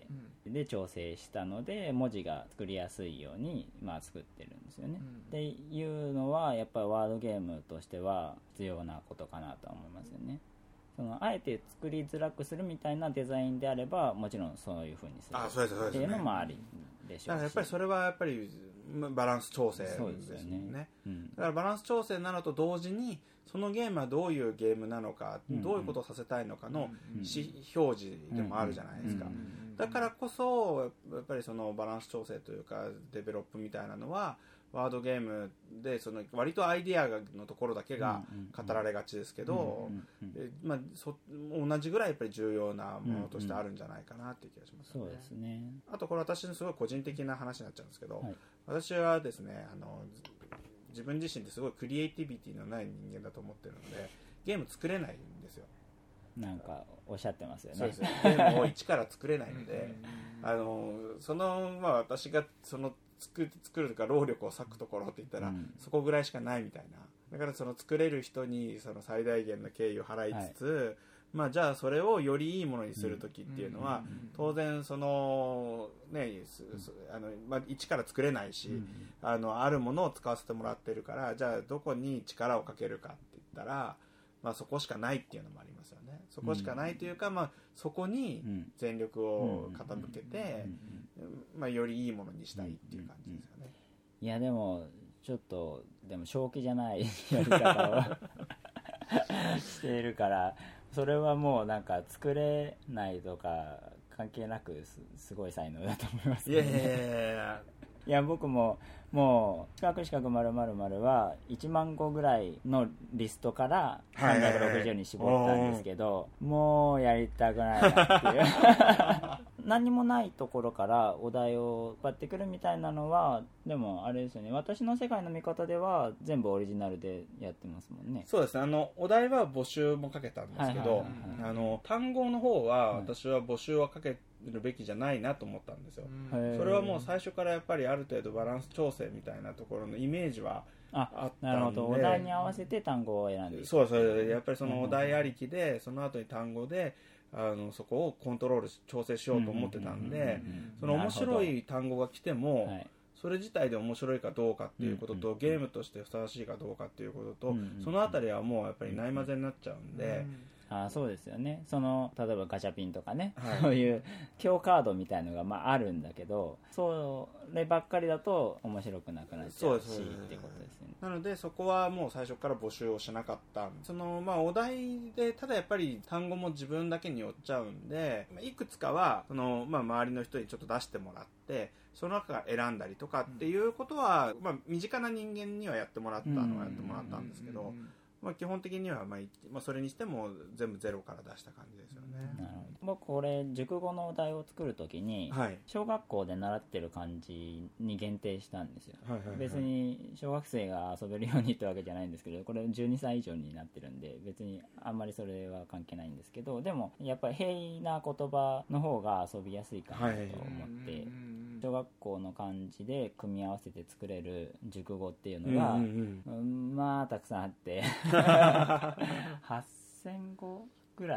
うん、で調整したので文字が作りやすいように、まあ、作ってるんですよね、うん、っていうのはやっぱりワードゲームとしては必要なことかなと思いますよね。そのあえて作りづらくするみたいなデザインであればもちろんそういう風にするっていうのもありでしょうし、 だからやっぱりそれはやっぱりバランス調整ですよね。そうですよね、うん、だからバランス調整なのと同時にそのゲームはどういうゲームなのか、うんうん、どういうことをさせたいのかの意思表示でもあるじゃないですか、うんうん、だからこそやっぱりそのバランス調整というかデベロップみたいなのはワードゲームでその割とアイディアのところだけが語られがちですけど、まあ、そ同じぐらいやっぱり重要なものとしてあるんじゃないかなっていう気がします、ね、 そうですね。 あとこれ私のすごい個人的な話になっちゃうんですけど、はい、私はですねあの自分自身ってすごいクリエイティビティのない人間だと思ってるのでゲーム作れないんですよ。 なんかおっしゃってますよね。 そうですよ。ゲームを一から作れないのであのその、まあ、私がその作, 作るとか労力を割くところって言ったら、うん、そこぐらいしかないみたいな。だからその作れる人にその最大限の敬意を払いつつ、はい、まあ、じゃあそれをよりいいものにするときっていうのは、うん、当然そのね、あのまあ、一から作れないし、うん、あのあるものを使わせてもらってるから、じゃあどこに力をかけるかって言ったら、まあ、そこしかないっていうのもありますよね。そこしかないというか、まあ、そこに全力を傾けて、まあ、よりいいものにしたいっていう感じですよね。 いやでもちょっとでも正気じゃないやり方をしているから、それはもうなんか作れないとか関係なく す, すごい才能だと思います、ね、 いやいやいやいやいや僕ももう四角四角丸丸丸はいちまんごぐらいのリストからさんびゃくろくじゅうに絞ったんですけど、もうやりたくないなっていう何もないところからお題を引っ張ってくるみたいなのはでもあれですよね、私の世界の見方では全部オリジナルでやってますもんね。 そうですね、あのお題は募集もかけたんですけど、単語の方は私は募集はかけるべきじゃないなと思ったんですよ。それはもう最初からやっぱりある程度バランス調整みたいなところのイメージはあったんで、 なるほど、お題に合わせて単語を選んでいく。 そうそう、やっぱりそのお題ありきでその後に単語であのそこをコントロール調整しようと思ってたんで、その面白い単語が来ても、はい、それ自体で面白いかどうかっていうことと、うんうん、ゲームとしてふさわしいかどうかっていうことと、うんうん、そのあたりはもうやっぱりないまぜになっちゃうんで、うんうん、 あそうですよね。その例えばガチャピンとかね、はい、そういう強カードみたいのがまああるんだけど、そればっかりだと面白くなくなっちゃうしってことですよね。 なのでそこはもう最初から募集をしなかった。そのまあお題でただやっぱり単語も自分だけによっちゃうんで、いくつかはそのまあ周りの人にちょっと出してもらって、その中から選んだりとかっていうことは、まあ身近な人間にはやってもらったのはやってもらったんですけど。まあ、基本的には、まあまあ、それにしても全部ゼロから出した感じですよね。 なるほど。僕これ熟語のお題を作るときに、はい、小学校で習ってる漢字に限定したんですよ、はいはいはい、別に小学生が遊べるようにってわけじゃないんですけど、これじゅうにさい以上になってるんで別にあんまりそれは関係ないんですけど、でもやっぱり平易な言葉の方が遊びやすいかなと思って、はい、小学校の漢字で組み合わせて作れる熟語っていうのが、うんうんうん、まあたくさんあってはっせんごぐらい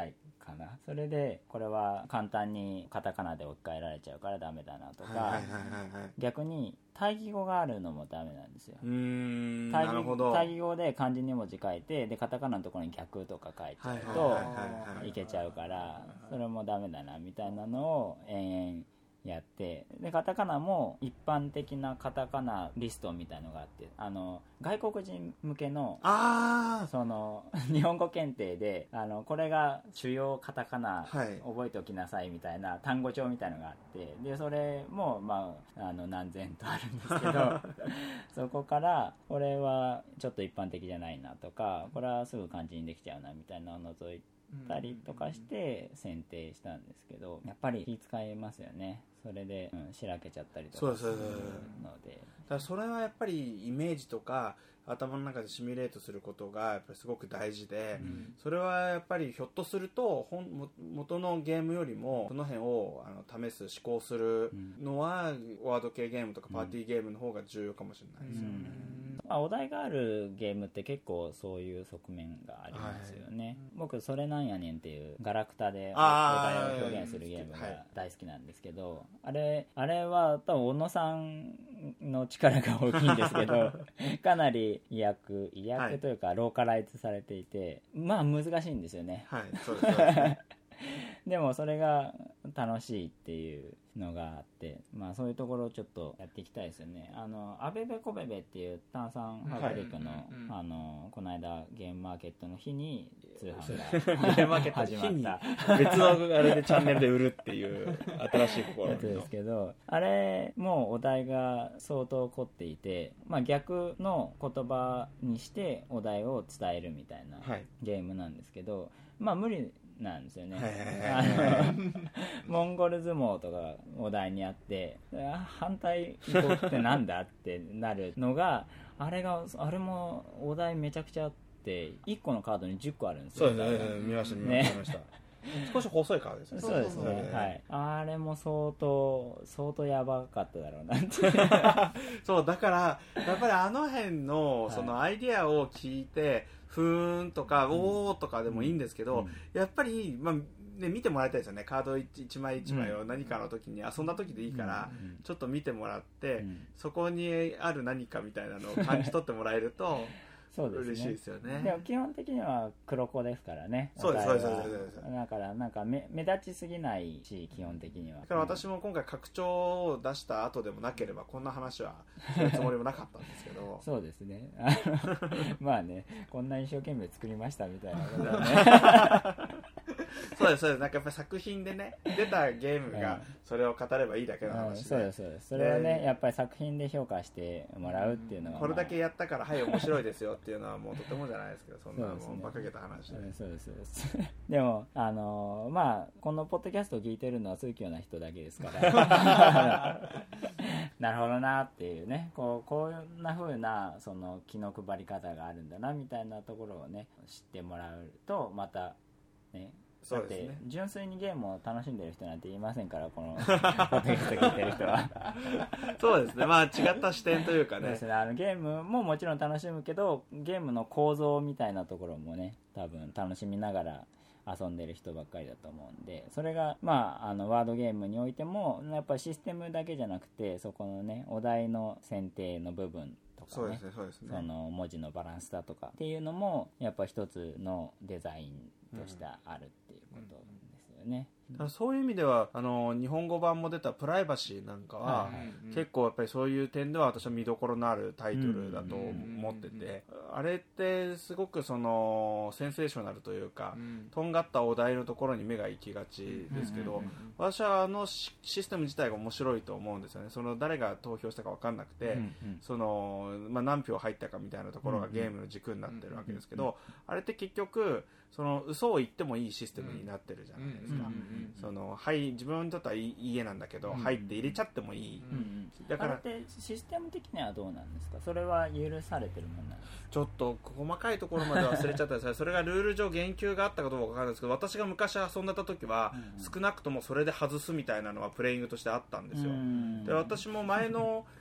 かな。それでこれは簡単にカタカナで置き換えられちゃうからダメだなとか、はいはいはいはい、逆に対義語があるのもダメなんですよ。 うーん、 対義、 なるほど。 対義語で漢字に文字書いてでカタカナのところに逆とか書いちゃうといけちゃうから、それもダメだなみたいなのを延々やって、でカタカナも一般的なカタカナリストみたいのがあって、あの外国人向けのあその日本語検定であのこれが主要カタカナ覚えておきなさいみたいな単語帳みたいのがあって、でそれも、まあ、あの何千とあるんですけどそこからこれはちょっと一般的じゃないなとか、これはすぐ漢字にできちゃうなみたいなのを除いたりとかして選定したんですけど、やっぱり気使いますよね。それで、うん、しらけちゃったりとかするので、 だからそれはやっぱりイメージとか頭の中でシミュレートすることがやっぱりすごく大事で、うん、それはやっぱりひょっとすると本元のゲームよりもその辺をあの試す試行するのは、うん、ワード系ゲームとかパーティーゲームの方が重要かもしれないですよね、 うんまあ、お題があるゲームって結構そういう側面がありますよね、はい、僕それなんやねんっていうガラクタでお題を表現するゲームが大好きなんですけど、あれあれは多分小野さんの力が大きいんですけどかなり意訳意訳というかローカライズされていて、まあ難しいんですよね。 はい、そうですそうですでもそれが楽しいっていうのがあって、まあそういうところをちょっとやっていきたいですよね。あのアベベコベベっていう炭酸ファブリックの、はい、あのこの間ゲームマーケットの日に通販がゲームマーケット始まった別のあれでチャンネルで売るっていう新しい試みやつですけど、あれもお題が相当凝っていて、まあ、逆の言葉にしてお題を伝えるみたいなゲームなんですけど、まあ無理なんですよね。あのモンゴル相撲とかお題にあって反対意向ってなんだってなるのがあれがあれもお題めちゃくちゃあっていっこのカードにじゅっこあるんですよ。 そうですね、見ました見ました、ね、少し細いカードですね。 そうですね、はい、あれも相当相当やばかっただろうなってそうだからやっぱりあの辺のそのアイディアを聞いてふーんとか、うん、おーとかでもいいんですけど、うん、やっぱり、まあね、見てもらいたいですよね。カード 1, 1枚いちまいを何かの時に遊んだ時でいいから、うん、ちょっと見てもらって、うん、そこにある何かみたいなのを感じ取ってもらえるとそうですね、嬉しいですよね。 でも基本的には黒子ですからね。 そうですそうですそうです。 だからなんか 目, 目立ちすぎないし基本的には。 だから私も今回拡張を出した後でもなければこんな話はするつもりもなかったんですけど。 そうですね。まあね、こんな一生懸命作りましたみたいなことはね。 そうですそうです。なんかやっぱり作品でね出たゲームがそれを語ればいいだけの話で、うん、 そうですそうです。それはねやっぱり作品で評価してもらうっていうのは、まあ、 これだけやったからはい面白いですよっていうのはもうとてもじゃないですけど、そんなもう馬鹿げた話で。 そうですそうです。でもあのー、まあこのポッドキャストを聞いてるのは数奇な人だけですからなるほどなっていうね、こうこんな風なその気の配り方があるんだなみたいなところをね知ってもらうとまたね。だって純粋にゲームを楽しんでる人なんて言いませんからこのポッドキャスト聞いてる人はそうですね、まあ違った視点というかね。 ですね、あのゲームももちろん楽しむけどゲームの構造みたいなところもね多分楽しみながら遊んでる人ばっかりだと思うんで、それがまああのワードゲームにおいてもやっぱりシステムだけじゃなくてそこのねお題の選定の部分とかね、 そうですねそうですね、 その文字のバランスだとかっていうのもやっぱ一つのデザインとしてあるっていうことですよね、 うんうん、そういう意味ではあの日本語版も出たプライバシーなんかは、はい、結構やっぱりそういう点では私は見どころのあるタイトルだと思ってて、あれってすごくそのセンセーショナルというか、うん、とんがったお題のところに目が行きがちですけど、うんうんうん、私はあのシステム自体が面白いと思うんですよね。その誰が投票したか分かんなくて、うんうん、そのまあ、何票入ったかみたいなところがゲームの軸になってるわけですけど、あれって結局その嘘を言ってもいいシステムになってるじゃないですか。そのはい、自分にとってはいい家なんだけど、入って入れちゃってもいい、 うんうん、だからあれってシステム的にはどうなんですか。それは許されてるもんなんですか。 ちょっと細かいところまで忘れちゃったですそれがルール上言及があったかどうか分からないですけど、私が昔遊んだ時は、うんうん、少なくともそれで外すみたいなのはプレイングとしてあったんですよ。で私も前の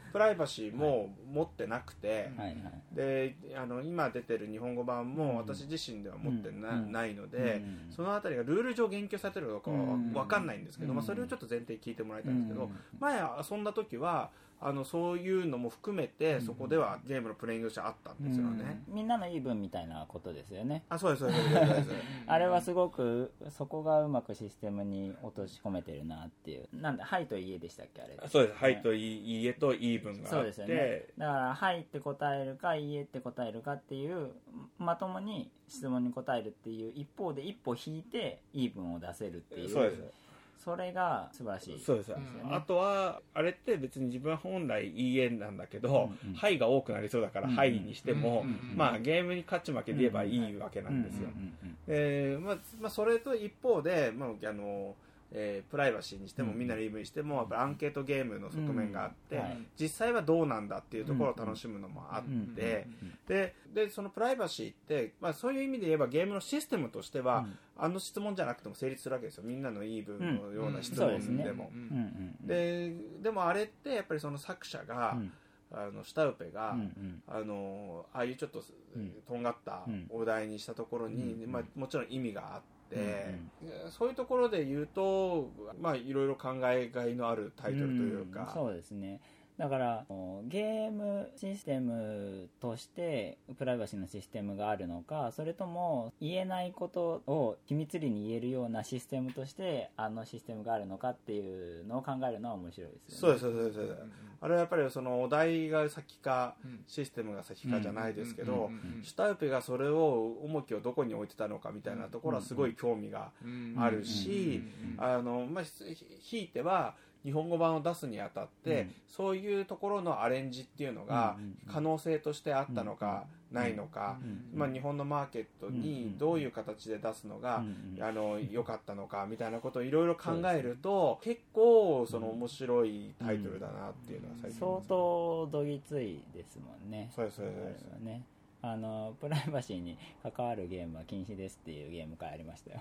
プライバシーも持ってなくて、 はいはい、 であの今出てる日本語版も私自身では持って な,、うん、ないので、うん、そのあたりがルール上言及されてるのかは分かんないんですけど、うん、まあ、それをちょっと前提聞いてもらいたいんですけど、うん、前遊んだ時はあのそういうのも含めてそこではゲームのプレイングとしてあったんですよね、 うん、みんなの言い分みたいなことですよね。 あ、そうですそうですそうですあれはすごくそこがうまくシステムに落とし込めてるなっていう。なんだ、はいといいえでしたっけあれ。 そうです、はいといいえと言い分があって、 そうですよね。だからはいって答えるかいいえって答えるかっていうまともに質問に答えるっていう一方で一歩引いて言い分を出せるっていう。 そうです。 それが素晴らしいですよね。そうです、うん、あとはあれって別に自分は本来いいえなんだけど、うんうん、はいが多くなりそうだから、うんうん、はいにしても、うんうん、まあゲームに勝ち負けで言えばいいわけなんですよ。で、まあまあ、それと一方で、まああのえー、プライバシーにしてもみんなの言い分にしてもやっぱアンケートゲームの側面があって、うんはい、実際はどうなんだっていうところを楽しむのもあって、ででそのプライバシーって、まあ、そういう意味で言えばゲームのシステムとしては、うん、あの質問じゃなくても成立するわけですよ。みんなの言い分のような質問でも。ででもあれってやっぱりその作者が、うん、あのシュタウペが、うんうん、あのああいうちょっととんがったお題にしたところに、うんまあ、もちろん意味があって、うんうん、そういうところで言うと、まあ、いろいろ考えがいのあるタイトルというか、 うん、そうですね。だからゲームシステムとしてプライバシーのシステムがあるのか、それとも言えないことを秘密裏に言えるようなシステムとしてあのシステムがあるのかっていうのを考えるのは面白いですよね。 そうですそうですそうです、うん、あれはやっぱりそのお題が先か、うん、システムが先かじゃないですけど、シュタウペがそれを重きをどこに置いてたのかみたいなところはすごい興味があるし、あのまあひいては日本語版を出すにあたって、うん、そういうところのアレンジっていうのが可能性としてあったのかないのか、まあ、日本のマーケットにどういう形で出すのがあの良かったのかみたいなことをいろいろ考えると、結構その面白いタイトルだなっていうのは最近相当どぎついですもんね。 そうですそうですね。あのプライバシーに関わるゲームは禁止ですっていうゲーム会ありましたよ。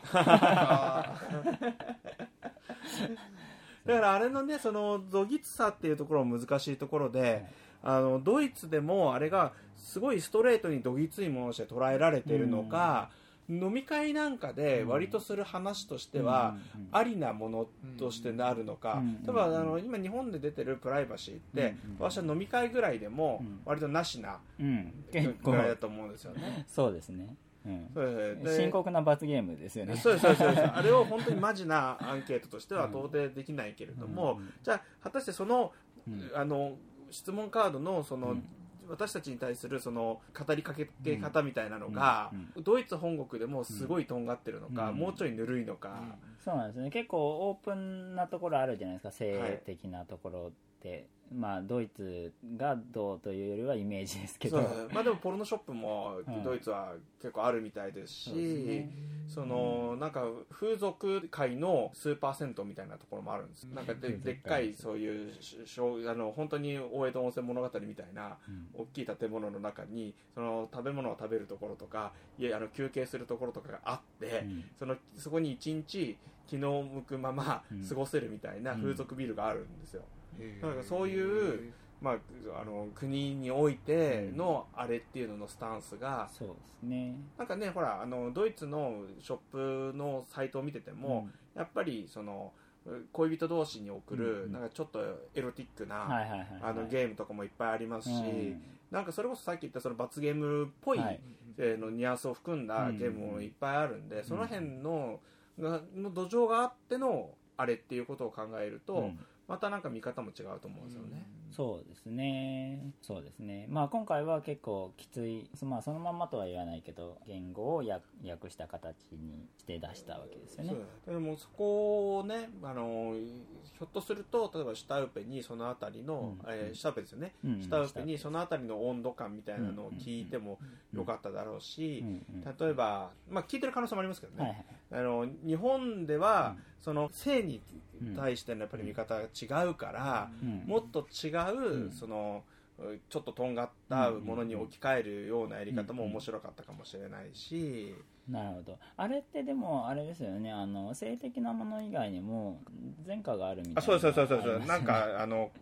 だからあれのね、そのどぎつさっていうところも難しいところで、はい、あのドイツでもあれがすごいストレートにどぎついものとして捉えられているのか、うん、飲み会なんかで割とする話としてはありなものとしてなるのか、例えばあの今日本で出てるプライバシーって、うん、私は飲み会ぐらいでも割となしなぐらいだと思うんですよね。 うん、そうですね。うん、そうです深刻な罰ゲームですよね。 そうですそうですそうですあれを本当にマジなアンケートとしては到底できないけれども、うん、じゃあ果たしてその、うん、あの質問カードのその、うん、私たちに対するその語りかけ方みたいなのが、うんうん、ドイツ本国でもすごいとんがってるのか、うん、もうちょいぬるいのか、うん、 そうなんですね。結構オープンなところあるじゃないですか、性的なところって、はい、まあ、ドイツがどうというよりはイメージですけど、 そうまあ、でもポルノショップもドイツは結構あるみたいですし、うん、その、うん、なんか風俗界のスーパー銭湯みたいなところもあるんです。なんか で, でっかいそういうあの本当に大江戸温泉物語みたいな大きい建物の中にその食べ物を食べるところとかいやあの休憩するところとかがあって、うん、そのそこに一日気の向くまま過ごせるみたいな風俗ビルがあるんですよ。だからそういう、まあ、あの国においてのあれっていうののスタンスが、 そうですね。 なんかね、ほらあのドイツのショップのサイトを見てても、うん、やっぱりその恋人同士に送る、うん、なんかちょっとエロティックなゲームとかもいっぱいありますし、うん、なんかそれこそさっき言ったその罰ゲームっぽい、はい、えー、のニュアンスを含んだゲームもいっぱいあるんで、うん、その辺の、の土壌があってのあれっていうことを考えると、うん、またなんか見方も違うと思うんですよね。 うん、そうですね。そうですね。まあ今回は結構きつい、まあそのまんまとは言わないけど、言語を訳した形にして出したわけですよね。 そうでもそこをね、あのひょっとすると例えばシュタウペにそのあたりの、うん、えー、シュタウペですよね。うん、シュタウペにそのあたりの温度感みたいなのを聞いてもよかっただろうし、例えばまあ聞いてる可能性もありますけどね。はいはい、あの日本では、うん、その性に対してのやっぱり見方が違うから、うん、もっと違う、うん、そのちょっととんがったものに置き換えるようなやり方も面白かったかもしれないし、 うん、なるほど。あれってでもあれですよね、あの性的なもの以外にも前科があるみたいな、 あ、そうそうそうそうそう、なんかあの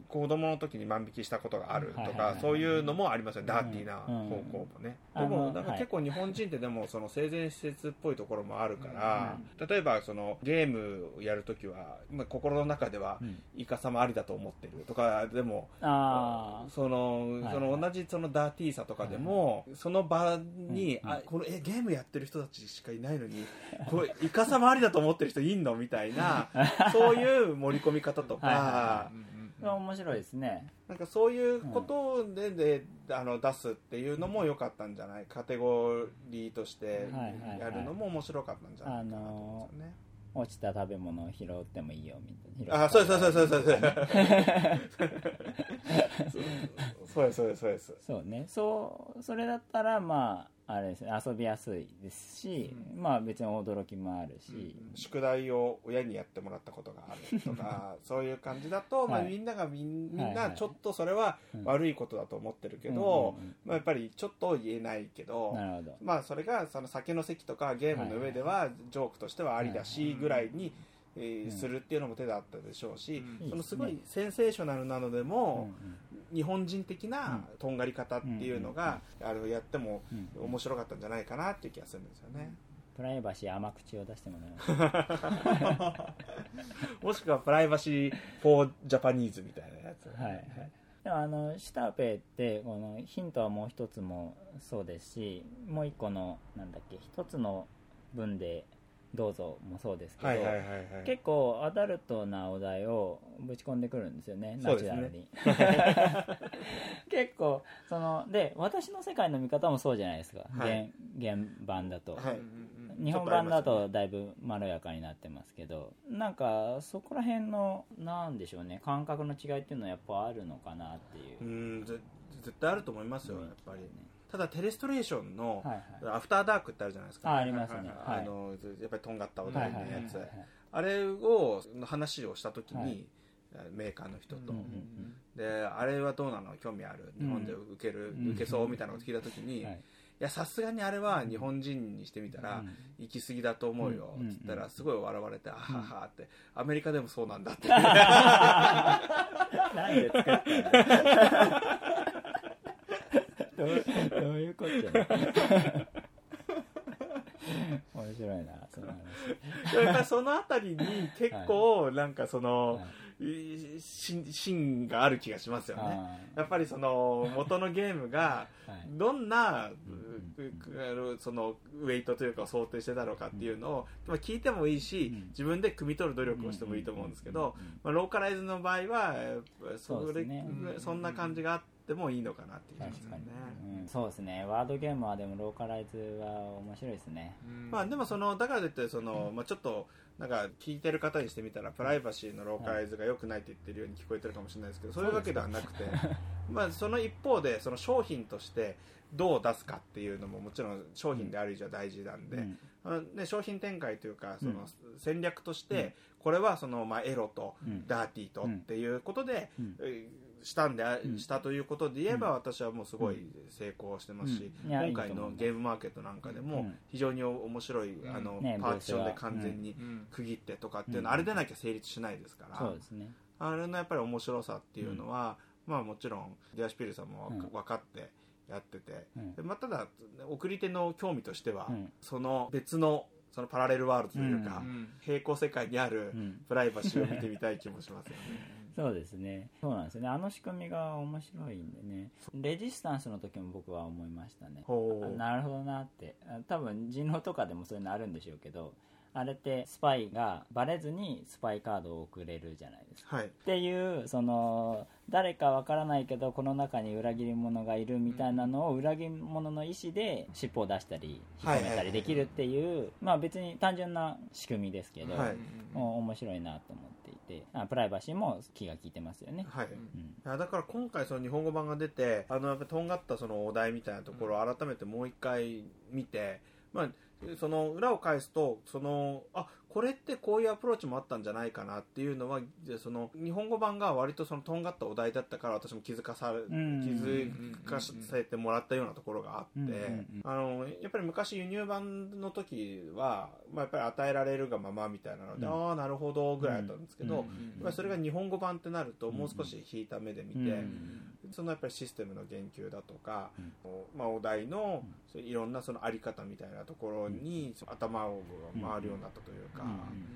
子供の時に万引きしたことがあるとか、はいはいはいはい、そういうのもありますよ、ダーティーな方向もね、うんうん、でもなんか結構日本人ってでもその生前施設っぽいところもあるから、うん、例えばそのゲームをやるときは、まあ、心の中ではイカサマありだと思ってるとかでも、うん、あそのその同じそのダーティーさとかでも、はいはい、その場に、うんうん、あこのえゲームやってる人たちしかいないのにこれイカサマありだと思ってる人いんのみたいなそういう盛り込み方とか、はいはいはい、 面白いですね。 なんかそういうことで、うん、であの出すっていうのも良かったんじゃない、カテゴリーとしてやるのも面白かったんじゃないかなと思うんですよね。 落ちた食べ物を拾ってもいいよみたいな。 あ、そうそうそうそうそうそうそうですそうですそうです。 そうね、そうそれだったらまああれですね、遊びやすいですし、うん、まあ別に驚きもあるし、 うん、宿題を親にやってもらったことがあるとかそういう感じだと、まあ、みんながみんなちょっとそれは悪いことだと思ってるけど、まあ、やっぱりちょっと言えないけど、 なるほど、 まあそれがその酒の席とかゲームの上ではジョークとしてはありだしぐらいに、えー、するっていうのも手だったでしょうし、うん、そのすごいセンセーショナルなのでも、うん、日本人的なとんがり方っていうのが、うん、あれをやっても面白かったんじゃないかなっていう気がするんですよね。 プライバシー甘口を出してもらうもしくはプライバシーフォージャパニーズみたいなやつ、 はいはい、でもあのシュターペイってこのヒントはもう一つもそうですし、もう一個のなんだっけ一つの文でどうぞもそうですけど、はいはいはいはい、結構アダルトなお題をぶち込んでくるんですよね、ナチュラルに結構そので私の世界の見方もそうじゃないですか、はい、原, 原版だと、はい、日本版だとだいぶまろやかになってますけど、なんかそこら辺のなんでしょうね、感覚の違いっていうのはやっぱあるのかなっていう。 うん、絶対あると思いますよ、やっぱりね。ただテレストレーションのアフターダークってあるじゃないですか、 はいはい、あ, ありますね、 あのやっぱりとんがったお題のやつ、あれを話をした時に、はい、メーカーの人と、うんうんうん、であれはどうなの興味ある、日本で受ける、うん、受けそうみたいなこと聞いた時に、はい、いやさすがにあれは日本人にしてみたら行き過ぎだと思うよって言ったらすごい笑われて、あははって、アメリカでもそうなんだってなんで作ったのど, うどういうことや面白いなその話。 やっぱりそのあたりに結構なんかその、はい、芯がある気がしますよね。やっぱりその元のゲームがどんなそのウェイトというか想定してたのかっていうのを聞いてもいいし、自分で汲み取る努力をしてもいいと思うんですけど、まあ、ローカライズの場合はそれ、ね、そんな感じがあってでもいいのかなって言いますよね、 うん、そうですね。ワードゲームはでもローカライズは面白いですね、 うん、まあでもそのだからといってその、うんまあ、ちょっとなんか聞いてる方にしてみたらプライバシーのローカライズが良くないって言ってるように聞こえてるかもしれないですけど、そういうわけではなくてまあその一方でその商品としてどう出すかっていうのももちろん商品である以上大事なんで、うんあのね、商品展開というかその戦略としてこれはそのまあエロとダーティーとっていうことで、うんうんしたんで、うん、したということで言えば、うん、私はもうすごい成功してますし、うん、今回のゲームマーケットなんかでも非常に面白い、うん、あの、ね、パーティションで完全に区切ってとかっていうのは、うん、あれでなきゃ成立しないですから、 そうですね、 あれのやっぱり面白さっていうのは、まあもちろんディアシュピルさんも分かってやってて、でまあ、ただ送り手の興味としては、その別のそのパラレルワールドというか、平行世界にあるプライバシーを見てみたい気もしますよね。 そうですね。そうなんですよね。あの仕組みが面白いんでね。レジスタンスの時も僕は思いましたね。なるほどなって。多分人狼とかでもそういうのあるんでしょうけど、あれってスパイがバレずにスパイカードを送れるじゃないですか、はい、っていうその誰かわからないけどこの中に裏切り者がいるみたいなのを裏切り者の意思で尻尾を出したり引っ込めたりできるっていう、はいはいはい、まあ別に単純な仕組みですけど、はい、もう面白いなと思っていて、あプライバシーも気が利いてますよね、 はいうん、だから今回その日本語版が出てあのやっぱとんがったそのお題みたいなところを改めてもう一回見て、まあその裏を返すとそのあこれってこういうアプローチもあったんじゃないかなっていうのはその日本語版が割とそのとんがったお題だったから私も気づかされ気づかせてもらったようなところがあってあのやっぱり昔輸入版の時は、まあ、やっぱり与えられるがままみたいなので、うん、ああなるほどぐらいだったんですけど、うん、やっぱりそれが日本語版ってなるともう少し引いた目で見て、うん、そのやっぱりシステムの言及だとか、うんまあ、お題のいろんなそのあり方みたいなところに頭を回るようになったというか、うん、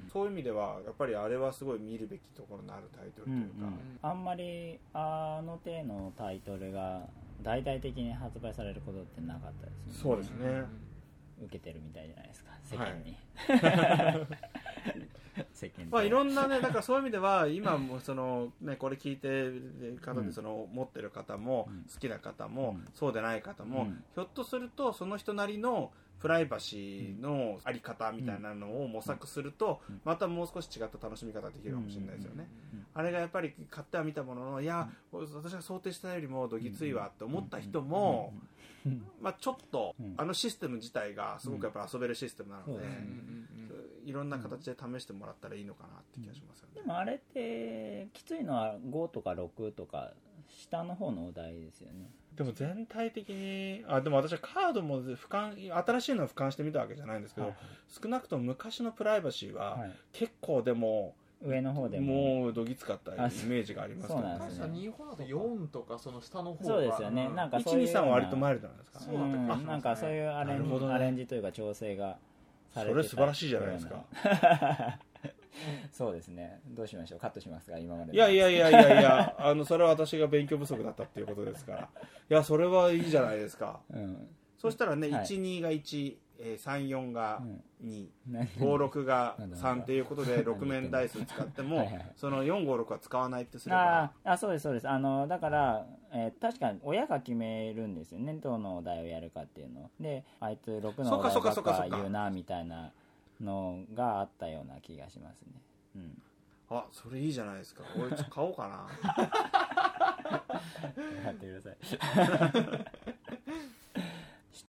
そういう意味ではやっぱりあれはすごい見るべきところのあるタイトルというか、うんうん、 あんまりあの手のタイトルが大々的に発売されることってなかったですね。 そうですね。 受けてるみたいじゃないですか世間に、はい世間まあいろんなねだからそういう意味では今もそのねこれ聞いてる方でその持ってる方も好きな方もそうでない方もひょっとするとその人なりのプライバシーのあり方みたいなのを模索するとまたもう少し違った楽しみ方ができるかもしれないですよね。あれがやっぱり買っては見たもののいや私が想定したよりもどぎついわって思った人もまあちょっとあのシステム自体がすごくやっぱ遊べるシステムなのでいろんな形で試してもらったらいいのかなって気がしますよね。 でもあれってきついのはごとかろくとか下の方のお題ですよね。 でも全体的にあでも私はカードも俯瞰新しいのを俯瞰してみたわけじゃないんですけど、はい、少なくとも昔のプライバシーは結構でも、 はい、上の方でももうどぎつかったイメージがありますけど、 ね、確かに日本だとよんとかその下の方がそうですよね。なんかいちにさんは割とマイルドなんですか。 そうだったりしますね。なんかそういうアレンジ、ね、アレンジというか調整がされてた。 それ素晴らしいじゃないですか。 そうですね。どうしましょう。カットしますか今まで。 いやいやいやいやいやあのそれは私が勉強不足だったっていうことですから。いやそれはいいじゃないですか。うん、そしたらね、はい、いち、にがいち、えー、さん、よんがに、うん、ご、ろくがさんっていうことでろく面台数使ってもはい、はい、そのよん、ご、ろくは使わないってすればああそうですそうです。あのだから、えー、確かに親が決めるんですよね。どのお題をやるかっていうのであいつろくのお題ばっか言うなみたいなのがあったような気がしますね。うん、 あそれいいじゃないですか。俺ちょっと買おうかな。 買ってください。